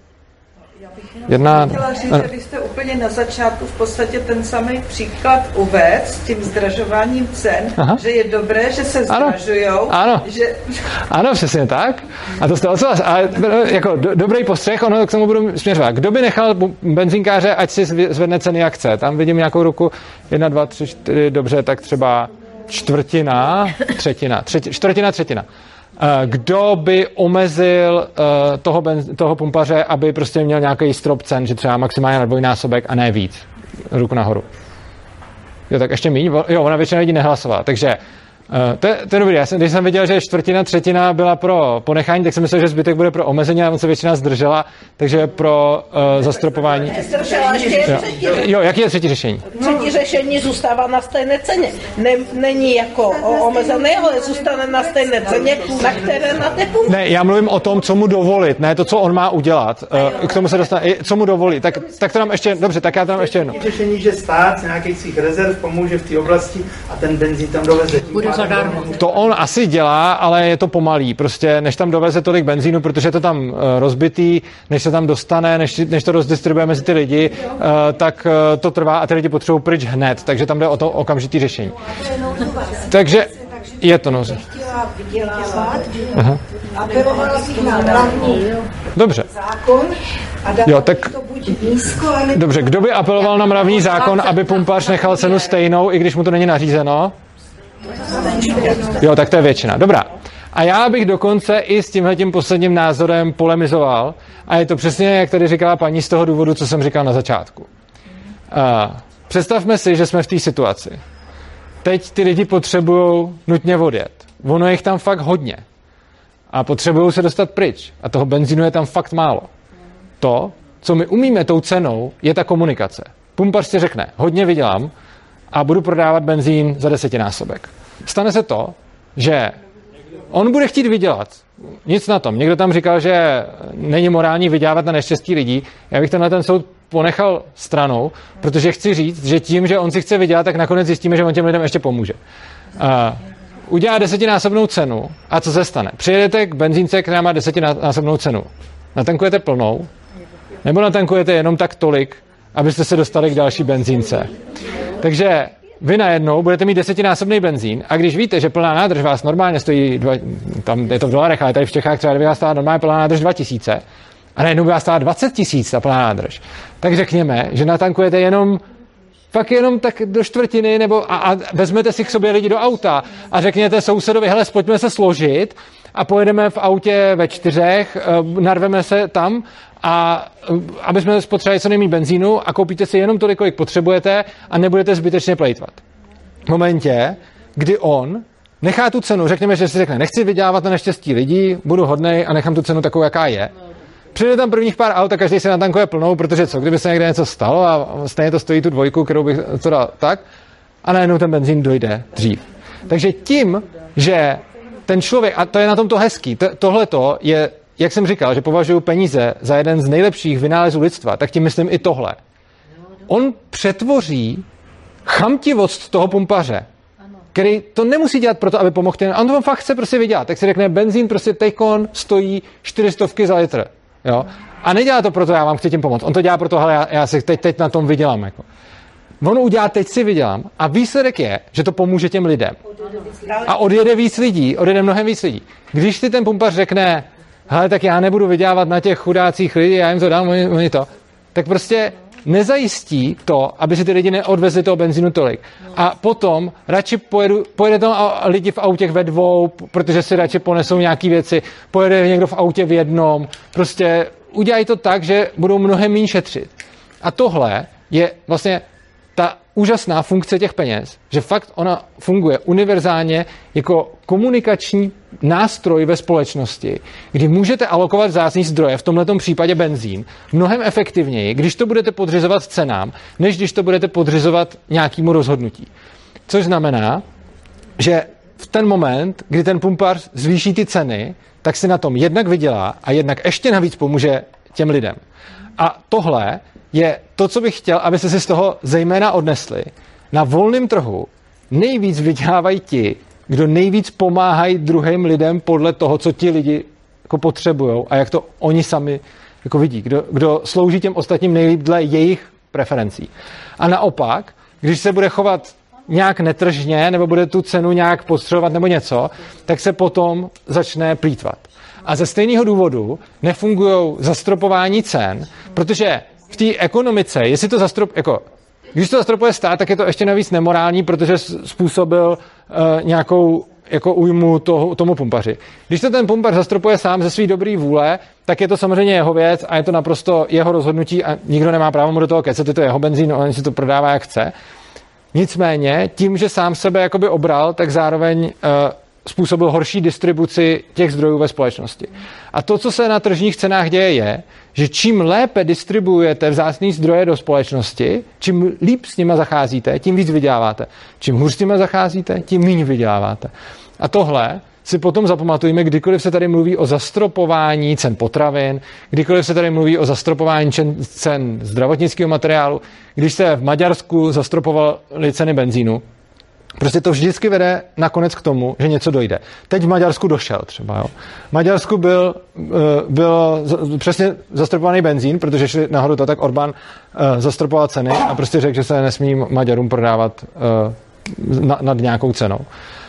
Jedna... Chtěla říct, že vy jste úplně na začátku v podstatě ten samý příklad uvedl s tím zdražováním cen, Aha. že je dobré, že se zdražujou. Ano, že... ano, přesně tak. A to jste odsouhlas. A jako do, dobrý postřeh, ono k tomu budu směřovat. Kdo by nechal benzínkáře, ať si zvedne ceny, jak chce? Tam vidím nějakou ruku, jedna, dva, tři, čtyři, dobře, tak třeba čtvrtina, třetina, třetí, čtvrtina, třetina. Kdo by omezil uh, toho, benz, toho pumpaře, aby prostě měl nějaký strop cen, že třeba maximálně na dvojnásobek a ne víc? Ruku nahoru. Jo, tak ještě míň. Jo, ona většina lidí nehlasovala. Takže uh, to, to je dobrý. Já jsem, když jsem viděl, že čtvrtina, třetina byla pro ponechání, tak jsem myslel, že zbytek bude pro omezení, a on se většina zdržela, takže pro uh, zastropování. Zdržela ještě jo. třetí. Jo, jaký je třetí řešení? Třetí řešení zůstává na stejné ceně. Ne, není jako omezený, ale zůstane na stejné ceně, na které na tepu. Ne, já mluvím o tom, co mu dovolit, ne to, co on má udělat. Uh, k tomu se dostane, co mu dovolí. Tak, tak to nám ještě, dobře, tak já to nám ještě jedno. Řešení, že stát z nějakých svých rezerv pomůže v té oblasti a ten benzín tam doveze. Bude zadarmo. To on asi dělá, ale je to pomalý. Prostě než tam doveze tolik benzínu, protože je to tam uh, rozbitý, než se tam dostane, než, než to rozdistribuje mezi ty lidi, uh, tak uh, to trvá a ty lidi potřebují pryč hned. Takže tam jde o to okamžitý řešení. Takže je to nouzové. Chtěla vydělávat, apelovala bych na hlavní Dobře. zákon a dala jo, tak... to buď nízko, ale... Dobře, kdo by apeloval na mravní zákon, aby pumpař nechal cenu stejnou, i když mu to není nařízeno? Jo, tak to je většina. Dobrá. A já bych dokonce i s tímhletím posledním názorem polemizoval, a je to přesně, jak tady říkala paní, z toho důvodu, co jsem říkal na začátku. Uh, představme si, že jsme v té situaci. Teď ty lidi potřebují nutně odjet. Ono je jich tam fakt hodně. A potřebují se dostat pryč. A toho benzínu je tam fakt málo. To, co my umíme tou cenou, je ta komunikace. Pumpař si řekne, hodně vydělám a budu prodávat benzín za desetinásobek. Stane se to, že on bude chtít vydělat. Nic na tom. Někdo tam říkal, že není morální vydělávat na neštěstí lidí. Já bych tenhle ten soud ponechal stranou, protože chci říct, že tím, že on si chce vydělat, tak nakonec zjistíme, že on těm lidem ještě pomůže. Uh, udělá desetinásobnou cenu a co se stane? Přijedete k benzínce, která má desetinásobnou cenu. Natankujete plnou, nebo natankujete jenom tak tolik, abyste se dostali k další benzínce. Takže vy najednou budete mít desetinásobný benzín a když víte, že plná nádrž vás normálně stojí, dva, tam je to v dolarech, ale tady v Čechách třeba, kdyby vás stála normálně plná nádrž dva tisíce a najednou by vás stála dvacet tisíc ta plná nádrž, tak řekněme, že natankujete jenom fakt jenom tak do čtvrtiny, nebo a, a vezmete si k sobě lidi do auta a řekněte sousedovi, hele, pojďme se složit a pojedeme v autě ve čtyřech, narveme se tam a aby jsme spotřebovali co nejméně benzínu a koupíte si jenom tolik, kolik potřebujete a nebudete zbytečně plejtvat. V momentě, kdy on nechá tu cenu, řekněme, že si řekne, nechci vydělávat na neštěstí lidí, budu hodnej a nechám tu cenu takovou, jaká je. Přijde tam prvních pár aut a každý se natankuje plnou, protože co, kdyby se někde něco stalo a stejně to stojí tu dvojku, kterou bych to dal tak, a najednou ten benzín dojde dřív. Takže tím, že ten člověk, a to je na tom to hezký, to, tohleto je, jak jsem říkal, že považuji peníze za jeden z nejlepších vynálezů lidstva, tak tím myslím i tohle. On přetvoří chamtivost toho pumpaře, který to nemusí dělat proto, aby pomohl těm, on to fakt chce prostě vydělat, tak si řekne, benzín prostě tejkon stojí čtyři stovky za litr. Jo? A nedělá to proto, já vám chci tím pomoct. On to dělá proto, hele, já, já si teď, teď na tom vydělám. Jako. On udělá, teď si vydělám. A výsledek je, že to pomůže těm lidem. A odjede víc lidí, odjede mnohem víc lidí. Když si ten pumpař řekne, hele, tak já nebudu vydělávat na těch chudácích lidí, já jim to dám, oni, oni to, tak prostě nezajistí to, aby si ty lidi neodvezli toho benzínu tolik. A potom radši pojedu, pojede tam lidi v autě ve dvou, protože si radši ponesou nějaký věci, pojede někdo v autě v jednom, prostě udělají to tak, že budou mnohem méně šetřit. A tohle je vlastně ta úžasná funkce těch peněz, že fakt ona funguje univerzálně jako komunikační nástroj ve společnosti, kdy můžete alokovat vzácný zdroje, v tomhletom případě benzín, mnohem efektivněji, když to budete podřizovat cenám, než když to budete podřizovat nějakému rozhodnutí. Což znamená, že v ten moment, kdy ten pumpař zvýší ty ceny, tak si na tom jednak vydělá a jednak ještě navíc pomůže těm lidem. A tohle je to, co bych chtěl, abyste si z toho zejména odnesli. Na volném trhu nejvíc vydělávají ti, kdo nejvíc pomáhají druhým lidem podle toho, co ti lidi jako potřebují a jak to oni sami jako vidí. Kdo, kdo slouží těm ostatním nejlíp dle jejich preferencí. A naopak, když se bude chovat nějak netržně nebo bude tu cenu nějak podstřelovat nebo něco, tak se potom začne plýtvat. A ze stejného důvodu nefungují zastropování cen, protože v té ekonomice, jestli to zastrop, jako, když to zastropuje stát, tak je to ještě navíc nemorální, protože způsobil uh, nějakou jako újmu toho, tomu pumpaři. Když to ten pumpař zastropuje sám ze své dobré vůle, tak je to samozřejmě jeho věc a je to naprosto jeho rozhodnutí a nikdo nemá právo mu do toho kecat, je to jeho benzín, on si to prodává jak chce. Nicméně, tím, že sám sebe jakoby obral, tak zároveň uh, způsobil horší distribuci těch zdrojů ve společnosti. A to, co se na tržních cenách děje, je, že čím lépe distribuujete vzácný zdroje do společnosti, čím líp s nima zacházíte, tím víc vyděláváte. Čím hůř s nima zacházíte, tím méně vyděláváte. A tohle si potom zapamatujeme, kdykoliv se tady mluví o zastropování cen potravin, kdykoliv se tady mluví o zastropování cen zdravotnického materiálu, když se v Maďarsku zastropovaly ceny benzínu. Prostě to vždycky vede nakonec k tomu, že něco dojde. Teď v Maďarsku došel třeba. Jo. V Maďarsku byl, byl přesně zastropovaný benzín, protože šli nahoru to, tak Orbán zastropoval ceny a prostě řekl, že se nesmí Maďarům prodávat nad nějakou cenou.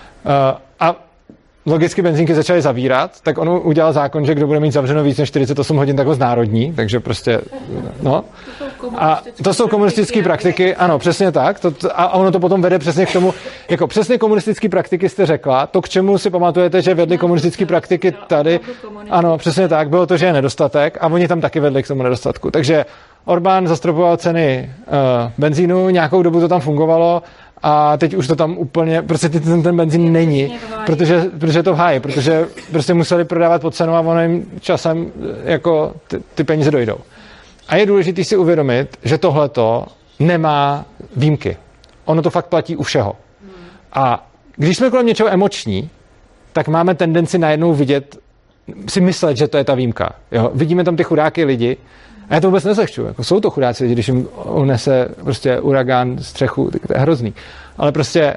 A logicky benzínky začaly zavírat, tak on udělal zákon, že kdo bude mít zavřeno víc než čtyřicet osm hodin, tak ho znárodní, takže prostě, no. A to jsou komunistické praktiky, ano, přesně tak, to, a ono to potom vede přesně k tomu, jako přesně komunistické praktiky jste řekla, to k čemu si pamatujete, že vedli komunistické praktiky tady, ano, přesně tak, bylo to, že je nedostatek a oni tam taky vedli k tomu nedostatku, takže Orbán zastropoval ceny uh, benzínu, nějakou dobu to tam fungovalo, a teď už to tam úplně, prostě ten, ten benzín není, protože, protože je to v háji, protože prostě museli prodávat pod cenu a ono jim časem jako ty, ty peníze dojdou. A je důležité si uvědomit, že tohleto nemá výjimky. Ono to fakt platí u všeho. A když jsme kolem něčeho emoční, tak máme tendenci najednou vidět, si myslet, že to je ta výjimka. Jo? Vidíme tam ty chudáky lidi, a já to vůbec nezlehčuju. Jako jsou to chudáci lidi, když jim unese prostě uragán střechu, to je hrozný. Ale prostě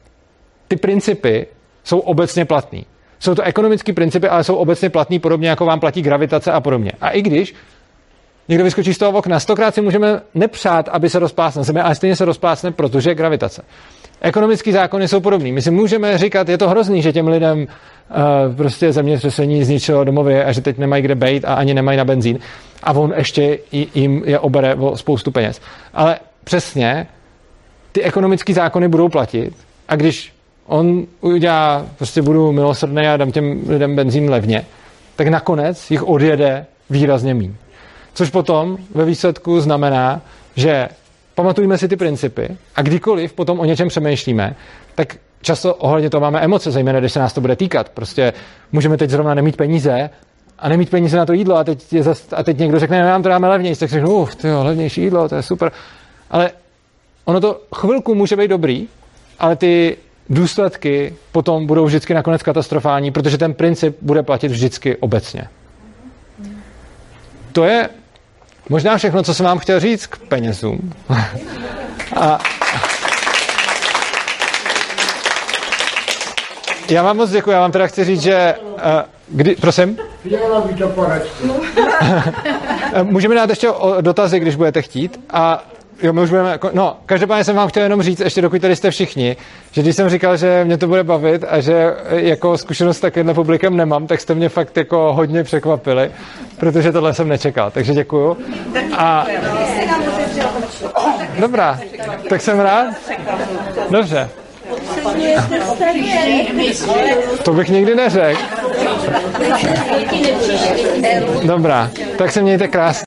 ty principy jsou obecně platný. Jsou to ekonomické principy, ale jsou obecně platný podobně, jako vám platí gravitace a podobně. A i když někdo vyskočí z toho okna, stokrát si můžeme nepřát, aby se rozplásne zemi, ale stejně se rozplásne, protože je gravitace. Ekonomické zákony jsou podobný. My si můžeme říkat, je to hrozný, že těm lidem uh, prostě zemětřesení zničilo domovy a že teď nemají kde bejt a ani nemají na benzín. A on ještě jim je obere o spoustu peněz. Ale přesně ty ekonomické zákony budou platit a když on udělá, prostě budu milosrdný a dám těm lidem benzín levně, tak nakonec jich odjede výrazně míň. Což potom ve výsledku znamená, že pamatujme si ty principy a kdykoliv potom o něčem přemýšlíme, tak často ohledně toho máme emoce, zejména když se nás to bude týkat. Prostě můžeme teď zrovna nemít peníze a nemít peníze na to jídlo a teď, je zas, a teď někdo řekne, nám to dáme levnější, tak řeknu, uf, tyjo, levnější jídlo, to je super. Ale ono to chvilku může být dobrý, ale ty důsledky potom budou vždycky nakonec katastrofální, protože ten princip bude platit vždycky obecně. To je možná všechno, co jsem vám chtěl říct k penězům. A já vám moc děkuji, já vám teda chci říct, že uh, kdy, prosím? Můžeme dát ještě dotazy, když budete chtít. A jo, my už budeme, no, každopádně jsem vám chtěl jenom říct, ještě dokud tady jste všichni, že když jsem říkal, že mě to bude bavit a že jako zkušenost s takovýmhle publikem nemám, tak jste mě fakt jako hodně překvapili, protože tohle jsem nečekal, takže děkuju. A dobrá, tak jsem rád. Dobře. To bych nikdy neřekl. Dobrá, tak se mějte krásně.